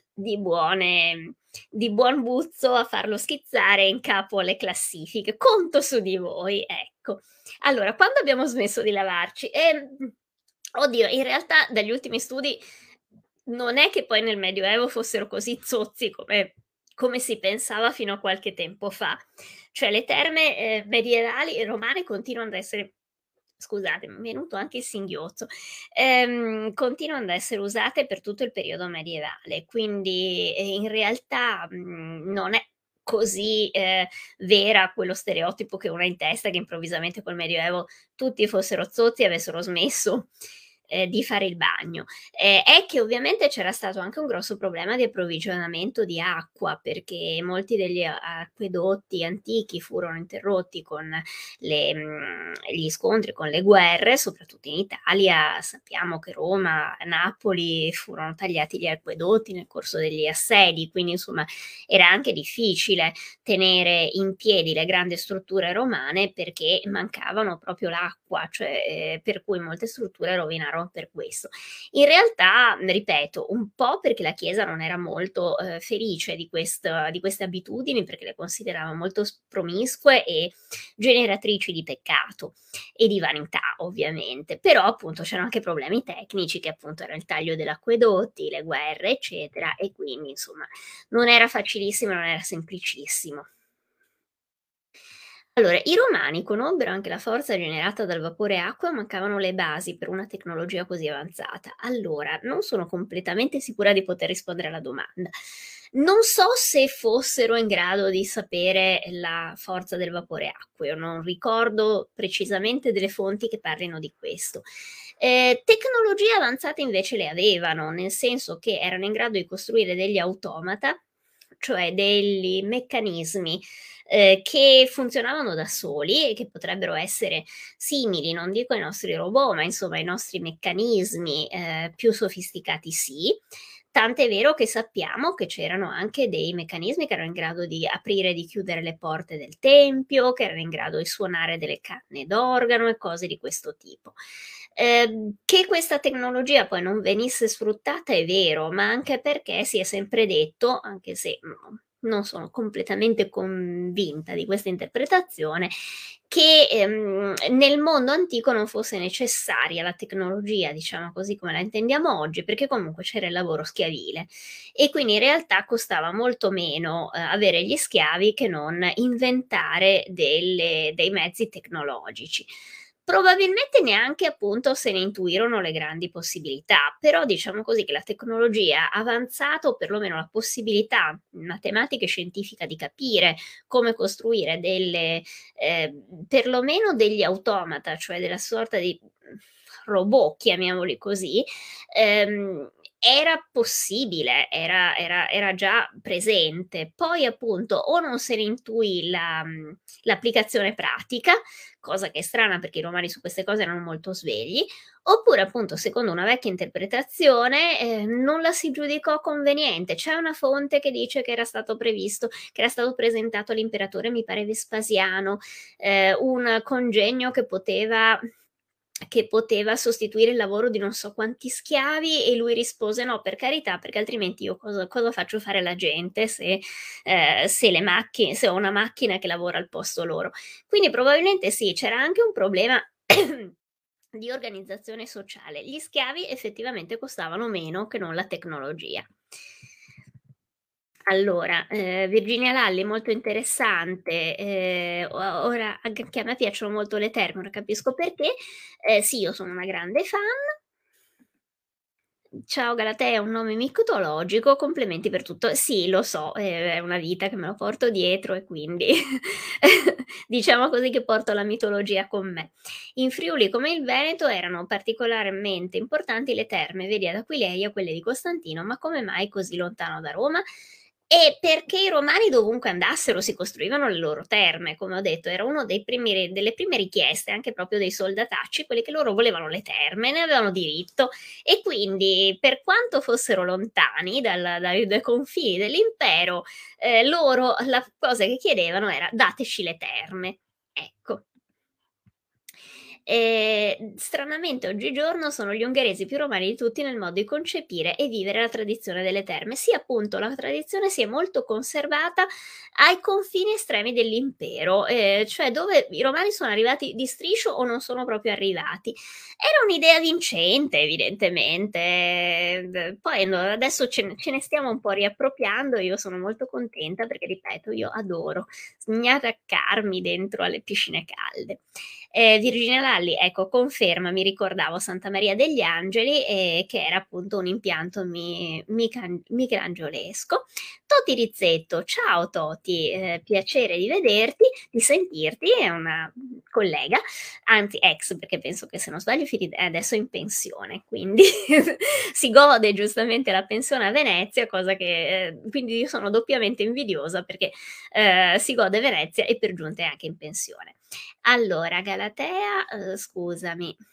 di buon buzzo a farlo schizzare in capo alle classifiche. Conto su di voi, ecco. Allora, quando abbiamo smesso di lavarci? Oddio, in realtà dagli ultimi studi non è che poi nel Medioevo fossero così zozzi come si pensava fino a qualche tempo fa. Cioè le terme medievali e romane continuano ad essere, scusate, mi è venuto anche il singhiozzo, continuano ad essere usate per tutto il periodo medievale, quindi in realtà non è così vera quello stereotipo che uno ha in testa che improvvisamente col Medioevo tutti fossero zozzi e avessero smesso di fare il bagno. È che ovviamente c'era stato anche un grosso problema di approvvigionamento di acqua perché molti degli acquedotti antichi furono interrotti con gli scontri, con le guerre, soprattutto in Italia. Sappiamo che Roma, Napoli furono tagliati gli acquedotti nel corso degli assedi, quindi insomma era anche difficile tenere in piedi le grandi strutture romane perché mancavano proprio l'acqua acqua, cioè, per cui molte strutture rovinarono per questo. In realtà, ripeto, un po' perché la Chiesa non era molto, felice di queste abitudini, perché le considerava molto promiscue e generatrici di peccato e di vanità ovviamente, però appunto c'erano anche problemi tecnici che appunto era il taglio degli acquedotti, le guerre eccetera e quindi insomma non era facilissimo, non era semplicissimo. Allora, i Romani conobbero anche la forza generata dal vapore acqua, mancavano le basi per una tecnologia così avanzata. Allora, non sono completamente sicura di poter rispondere alla domanda. Non so se fossero in grado di sapere la forza del vapore acqueo, non ricordo precisamente delle fonti che parlino di questo. Tecnologie avanzate invece le avevano, nel senso che erano in grado di costruire degli automata, cioè degli meccanismi che funzionavano da soli e che potrebbero essere simili, non dico ai nostri robot, ma insomma ai nostri meccanismi più sofisticati sì. Tant'è vero che sappiamo che c'erano anche dei meccanismi che erano in grado di aprire e di chiudere le porte del tempio, che erano in grado di suonare delle canne d'organo e cose di questo tipo. Che questa tecnologia poi non venisse sfruttata è vero, ma anche perché si è sempre detto, anche se non sono completamente convinta di questa interpretazione, che nel mondo antico non fosse necessaria la tecnologia, diciamo così come la intendiamo oggi, perché comunque c'era il lavoro schiavile e quindi in realtà costava molto meno avere gli schiavi che non inventare dei mezzi tecnologici. Probabilmente neanche appunto se ne intuirono le grandi possibilità, però diciamo così che la tecnologia avanzata o perlomeno la possibilità matematica e scientifica di capire come costruire perlomeno degli automata, cioè della sorta di robot, chiamiamoli così, era possibile, era già presente. Poi appunto o non se ne intuì l'applicazione pratica, cosa che è strana perché i romani su queste cose erano molto svegli, oppure appunto secondo una vecchia interpretazione non la si giudicò conveniente. C'è una fonte che dice che era stato previsto, che era stato presentato all'imperatore, mi pare Vespasiano, un congegno che poteva sostituire il lavoro di non so quanti schiavi e lui rispose no, per carità, perché altrimenti io cosa faccio fare alla gente se ho una macchina che lavora al posto loro. Quindi probabilmente sì, c'era anche un problema di organizzazione sociale. Gli schiavi effettivamente costavano meno che non la tecnologia. Allora, Virginia Lalli molto interessante, ora anche a me piacciono molto le terme, ora capisco perché. Sì, io sono una grande fan. Ciao Galatea è un nome mitologico, complimenti per tutto. Sì, lo so, è una vita che me lo porto dietro e quindi diciamo così che porto la mitologia con me. In Friuli come il Veneto erano particolarmente importanti le terme, vedi ad Aquileia, quelle di Costantino, ma come mai così lontano da Roma? E perché i romani dovunque andassero si costruivano le loro terme, come ho detto, era una delle prime richieste anche proprio dei soldatacci, quelli che loro volevano le terme, ne avevano diritto e quindi per quanto fossero lontani dai confini dell'impero, loro la cosa che chiedevano era dateci le terme. Ecco. Stranamente oggigiorno sono gli ungheresi più romani di tutti nel modo di concepire e vivere la tradizione delle terme. Sì, appunto, la tradizione si è molto conservata ai confini estremi dell'impero, cioè dove i romani sono arrivati di striscio o non sono proprio arrivati. Era un'idea vincente, evidentemente. Poi no, adesso ce ne stiamo un po' riappropriando. Io sono molto contenta perché, ripeto, io adoro sgnataccarmi dentro alle piscine calde. Virginia Lalli, ecco, conferma, mi ricordavo Santa Maria degli Angeli, che era appunto un impianto michelangiolesco. Toti Rizzetto, ciao Toti, piacere di vederti, di sentirti, è una collega, anzi ex, perché penso che se non sbaglio è adesso in pensione, quindi si gode giustamente la pensione a Venezia, cosa che quindi io sono doppiamente invidiosa perché si gode Venezia e per giunta è anche in pensione. Allora, Galatea, scusami.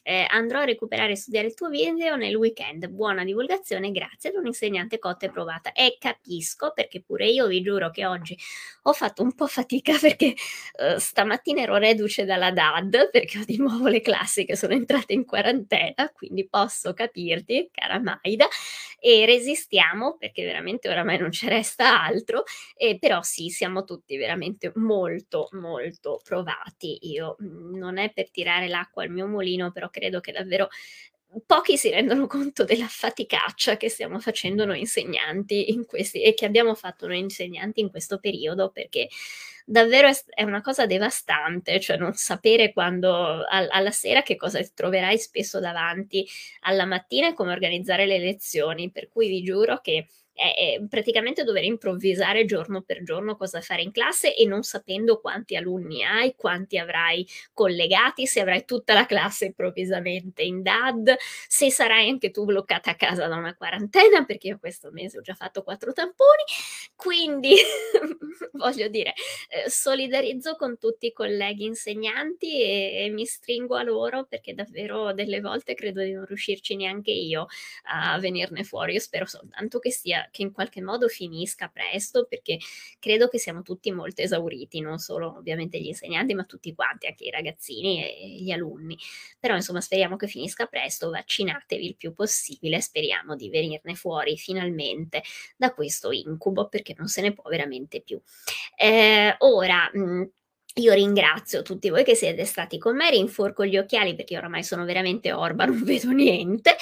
andrò a recuperare e studiare il tuo video nel weekend. Buona divulgazione, grazie ad un'insegnante cotta e provata. E capisco, perché pure io vi giuro che oggi ho fatto un po' fatica perché stamattina ero reduce dalla DAD, perché ho di nuovo le classi che sono entrate in quarantena, quindi posso capirti, cara Maida, e resistiamo perché veramente oramai non ci resta altro, però sì, siamo tutti veramente molto, molto provati. Io non è per tirare l'acqua al mio mulino, però credo che davvero pochi si rendono conto della faticaccia che stiamo facendo noi insegnanti in questi, e che abbiamo fatto noi insegnanti in questo periodo, perché davvero è una cosa devastante, cioè non sapere quando alla sera che cosa ti troverai spesso davanti alla mattina e come organizzare le lezioni, per cui vi giuro che è praticamente dover improvvisare giorno per giorno cosa fare in classe e non sapendo quanti alunni hai, quanti avrai collegati, se avrai tutta la classe improvvisamente in DAD, se sarai anche tu bloccata a casa da una quarantena, perché io questo mese ho già fatto 4 tamponi, quindi voglio dire, solidarizzo con tutti i colleghi insegnanti e mi stringo a loro, perché davvero delle volte credo di non riuscirci neanche io a venirne fuori. Io spero soltanto che in qualche modo finisca presto, perché credo che siamo tutti molto esauriti, non solo ovviamente gli insegnanti, ma tutti quanti, anche i ragazzini e gli alunni. Però insomma speriamo che finisca presto, vaccinatevi il più possibile, speriamo di venirne fuori finalmente da questo incubo, perché non se ne può veramente più. Ora, io ringrazio tutti voi che siete stati con me, rinforco gli occhiali perché oramai sono veramente orba, non vedo niente.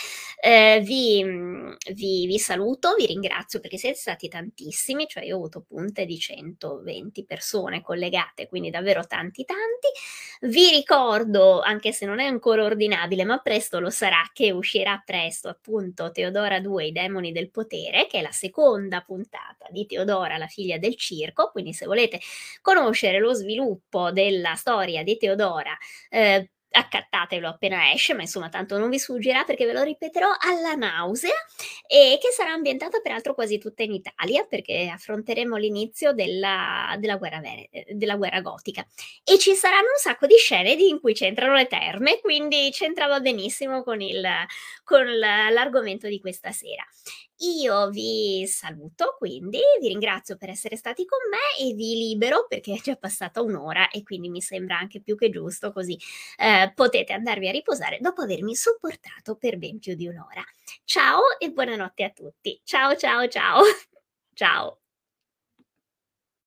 Vi saluto, vi ringrazio perché siete stati tantissimi, cioè io ho avuto punte di 120 persone collegate, quindi davvero tanti tanti. Vi ricordo, anche se non è ancora ordinabile, ma presto lo sarà, che uscirà presto appunto Teodora 2, i demoni del potere, che è la seconda puntata di Teodora, la figlia del circo, quindi se volete conoscere lo sviluppo della storia di Teodora, accattatelo appena esce, ma insomma tanto non vi sfuggirà perché ve lo ripeterò alla nausea, e che sarà ambientata peraltro quasi tutta in Italia, perché affronteremo l'inizio della guerra gotica e ci saranno un sacco di scene in cui c'entrano le terme, quindi c'entrava benissimo con l'argomento di questa sera. Io vi saluto, quindi vi ringrazio per essere stati con me e vi libero perché è già passata un'ora e quindi mi sembra anche più che giusto, così potete andarvi a riposare dopo avermi sopportato per ben più di un'ora. Ciao e buonanotte a tutti. Ciao ciao ciao. Ciao.